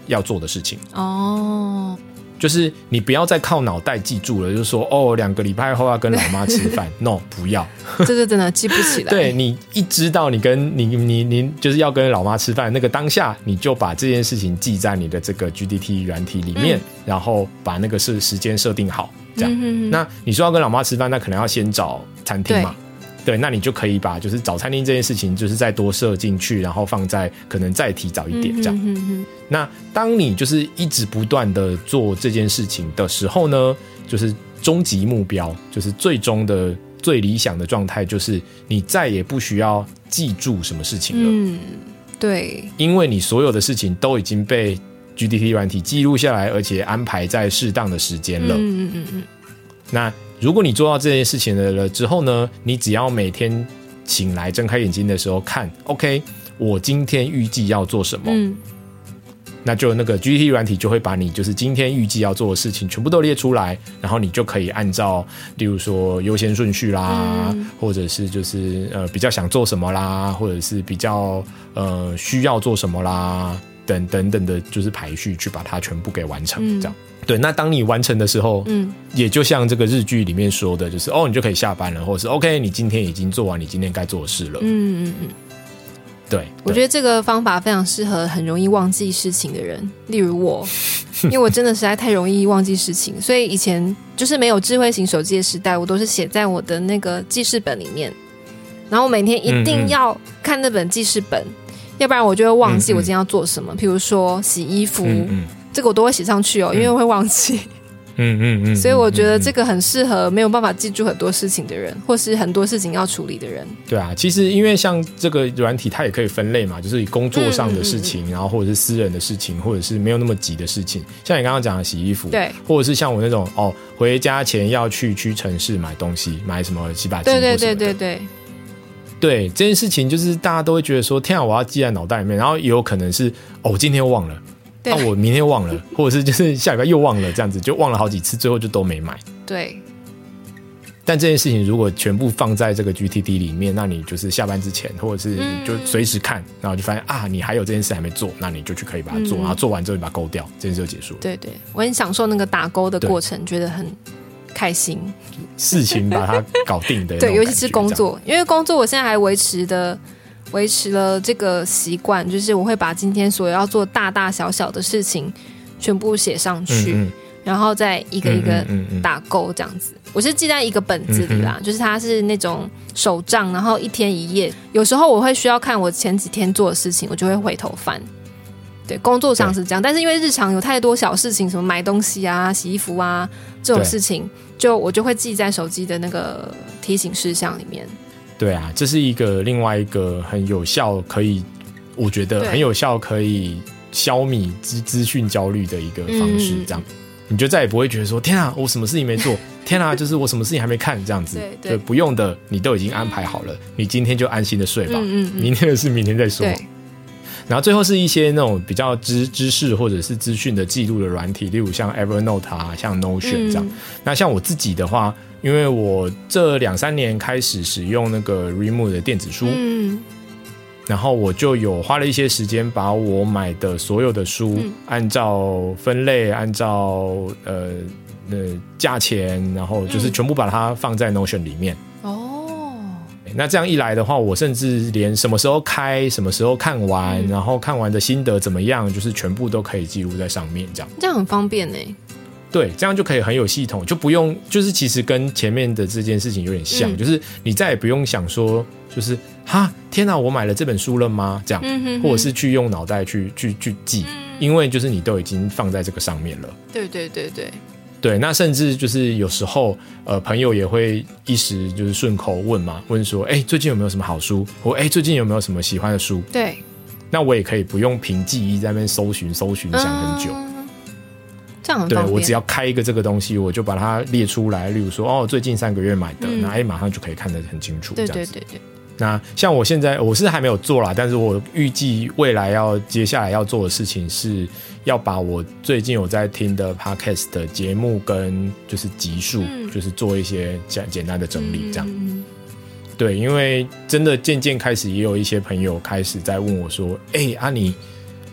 要做的事情。哦，就是你不要再靠脑袋记住了，就是说哦，两个礼拜后要跟老妈吃饭，no， 不要， 这个真的记不起来。 对，你一知道你跟你你你就是要跟老妈吃饭那个当下，你就把这件事情记在你的这个 G D T 软体里面，嗯、然后把那个是时间设定好，这样、嗯哼哼。那你说要跟老妈吃饭，那可能要先找餐厅嘛。对，那你就可以把就是找餐厅这件事情，就是再多设进去，然后放在可能再提早一点这样。嗯哼哼哼。那当你就是一直不断的做这件事情的时候呢，就是终极目标，就是最终的最理想的状态，就是你再也不需要记住什么事情了。嗯， 对， 因为你所有的事情都已经被 G D T 软体记录下来，而且安排在适当的时间了。嗯嗯嗯。那如果你做到这件事情了之后呢，你只要每天醒来睁开眼睛的时候看 OK 我今天预计要做什么、嗯、那就那个 G D T 软体就会把你就是今天预计要做的事情全部都列出来，然后你就可以按照例如说优先顺序啦、嗯、或者是就是呃比较想做什么啦，或者是比较呃需要做什么啦等等等的就是排序去把它全部给完成、嗯、这样。对，那当你完成的时候，嗯，也就像这个日剧里面说的，就是哦，你就可以下班了，或者是 OK， 你今天已经做完你今天该做的事了。嗯嗯嗯，对， 我觉得这个方法非常适合很容易忘记事情的人，例如我，因为我真的实在太容易忘记事情，所以以前就是没有智慧型手机的时代，我都是写在我的那个记事本里面，然后我每天一定要看那本记事本，嗯嗯，要不然我就会忘记我今天要做什么，嗯嗯，譬如说洗衣服。嗯嗯，这个我都会写上去哦，因为会忘记。嗯嗯嗯，所以我觉得这个很适合没有办法记住很多事情的人，或是很多事情要处理的人。 对啊，其实因为像这个软体，它也可以分类嘛，就是以工作上的事情，嗯嗯嗯，然后或者是私人的事情，或者是没有那么急的事情。像你刚刚讲的洗衣服，对，或者是像我那种哦，回家前要去屈臣氏买东西，买什么洗发精，对对对对对。对这件事情，就是大家都会觉得说，天啊，我要记在脑袋里面，然后也有可能是哦，我今天忘了。那、啊、我明天忘了，或者是就是下礼拜又忘了，这样子就忘了好几次，最后就都没买。 对。 但这件事情如果全部放在这个 G T D 里面，那你就是下班之前，或者是你就随时看，嗯、然后就发现啊，你还有这件事还没做，那你就去可以把它做，嗯、然后做完之后你把它勾掉，这件事就结束了。 对对，我很享受那个打勾的过程，觉得很开心。 事情把它搞定的， 对，尤其是工作，因为工作我现在还维持的。维持了这个习惯，就是我会把今天所要做大大小小的事情全部写上去，嗯嗯，然后再一个一个打勾这样子。嗯嗯嗯，我是记在一个本子里啦，嗯嗯，就是它是那种手账，然后一天一页。有时候我会需要看我前几天做的事情，我就会回头翻。对，工作上是这样，但是因为日常有太多小事情，什么买东西啊、洗衣服啊这种事情，就我就会记在手机的那个提醒事项里面。 对啊，这是一个另外一个很有效可以，我觉得很有效可以消弭资资讯焦虑的一个方式。这样，嗯、你就再也不会觉得说天啊，我什么事情没做，天啊，就是我什么事情还没看，这样子。对对，就不用的，你都已经安排好了，你今天就安心的睡吧。嗯嗯嗯，明天的事明天再说。然后最后是一些那种比较知知识或者是资讯的记录的软体，例如像 Evernote 啊，像 Notion 这样。嗯、那像我自己的话，因为我这两三年开始使用那个 Readmoo 的电子书，嗯，然后我就有花了一些时间把我买的所有的书，嗯、按照分类，按照呃呃价钱，然后就是全部把它放在 Notion 里面。哦。那这样一来的话，我甚至连什么时候开，什么时候看完，嗯、然后看完的心得怎么样，就是全部都可以记录在上面，这样。 这样很方便耶。 对，这样就可以很有系统，就不用，就是其实跟前面的这件事情有点像，嗯、就是你再也不用想说，就是哈，天哪，我买了这本书了吗？这样，嗯、哼哼或者是去用脑袋去去去记，嗯、因为就是你都已经放在这个上面了。 对对对对。 对，那甚至就是有时候，呃，朋友也会一时就是顺口问嘛，问说，哎，最近有没有什么好书？或哎，最近有没有什么喜欢的书？ 对， 那我也可以不用凭记忆在那边搜寻搜寻想很久。 嗯、这样很方便。 对，我只要开一个这个东西，我就把它列出来，例如说，哦，最近三个月买的，嗯、那哎，马上就可以看得很清楚。 对对对对。 那像我现在我是还没有做啦，但是我预计未来要接下来要做的事情是要把我最近有在听的 podcast 的节目跟就是集数，嗯、就是做一些简简单的整理，这样。嗯、对，因为真的渐渐开始也有一些朋友开始在问我说：“哎、欸，啊你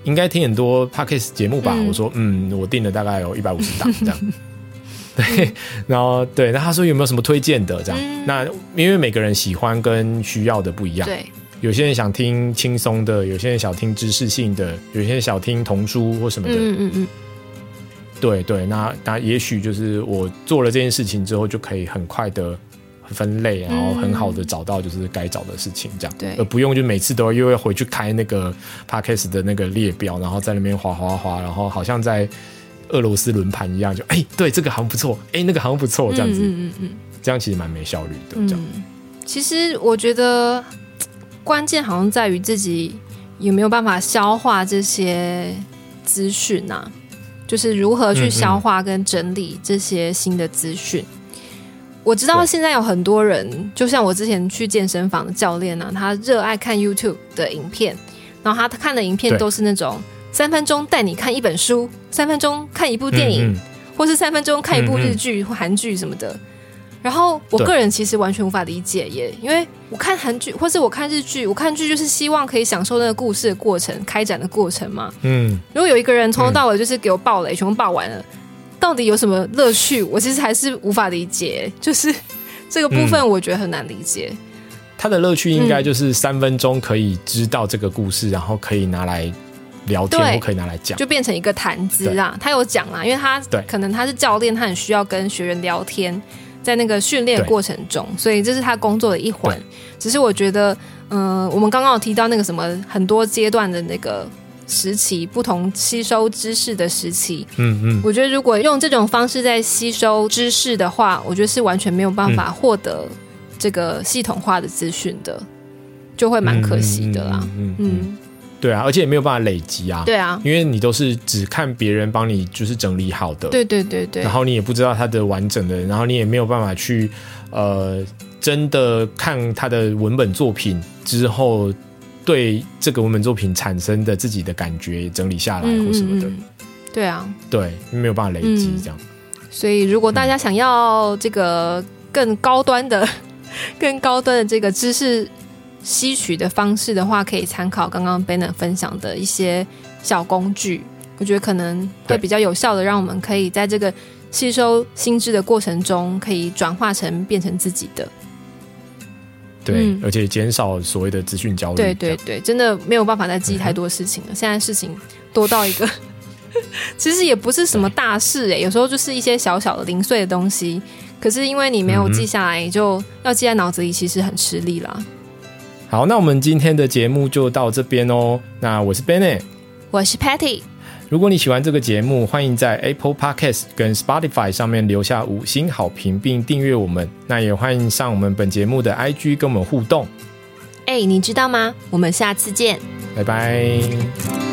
应该听很多 podcast 节目吧、嗯、我说嗯我订了大概有一百五十档这样对，然后对，那他说有没有什么推荐的这样、嗯、那因为每个人喜欢跟需要的不一样， 对， 有些人想听轻松的，有些人想听知识性的，有些人想听童书或什么的，嗯嗯嗯，对对，那那也许就是我做了这件事情之后就可以很快的分类，然后很好的找到就是该找的事情这样， 对， 而不用就每次都又要回去开那个 podcast 的那个列表，然后在那边滑滑滑，然后好像在俄罗斯轮盘一样，就哎、欸、对这个好像不错，哎、欸、那个好像不错这样子，嗯嗯嗯，这样其实蛮没效率的这样、嗯、 其实我觉得关键好像在于自己有没有办法消化这些资讯啊，就是如何去消化跟整理这些新的资讯。我知道现在有很多人，就像我之前去健身房的教练啊，他热爱看 YouTube 的影片，然后他看的影片都是那种三分钟带你看一本书，三分钟看一部电影，嗯嗯，或是三分钟看一部日剧或韩剧什么的。然后我个人其实完全无法理解耶，因为我看韩剧或是我看日剧，我看剧就是希望可以享受那个故事的过程、开展的过程嘛。嗯，如果有一个人从头到尾就是给我爆雷，全部爆完了。到底有什么乐趣？我其实还是无法理解，就是这个部分我觉得很难理解。 他的乐趣应该就是三分钟可以知道这个故事，嗯、然后可以拿来聊天或可以拿来讲， 就变成一个谈资啊。他有讲啦，因为他可能他是教练，他很需要跟学员聊天，在那个训练过程中，所以这是他工作的一环。只是我觉得，嗯、呃，我们刚刚有提到那个什么很多阶段的那个。时期不同吸收知识的时期，嗯嗯，我觉得如果用这种方式在吸收知识的话，我觉得是完全没有办法获得这个系统化的资讯的，嗯、就会蛮可惜的啦。嗯 嗯, 嗯, 嗯， 对啊，而且也没有办法累积啊。 对啊， 因为你都是只看别人帮你就是整理好的， 对对对对， 然后你也不知道它的完整的，然后你也没有办法去呃真的看它的文本作品之后。对这个文本作品产生的自己的感觉整理下来或什么的，嗯嗯嗯对啊， 对，没有办法累积这样、嗯。 所以如果大家想要这个更高端的、更高端的这个知识吸取的方式的话，可以参考刚刚 Banner 分享的一些小工具，我觉得可能会比较有效的，让我们可以在这个吸收新知的过程中，可以转化成变成自己的。 对、嗯，而且减少所谓的资讯焦虑。 对对对，真的没有办法再记太多事情了。嗯、现在事情多到一个，其实也不是什么大事哎、欸，有时候就是一些小小的零碎的东西。可是因为你没有记下来，嗯、就要记在脑子里，其实很吃力啦。 好，那我们今天的节目就到这边哦。那我是 Bennett， 我是 Patty。 如果你喜欢这个节目，欢迎在 Apple Podcast 跟 Spotify 上面留下五星好评并订阅我们，那也欢迎上我们本节目的 I G 跟我们互动。 哎、欸，你知道吗？我们下次见， 拜拜。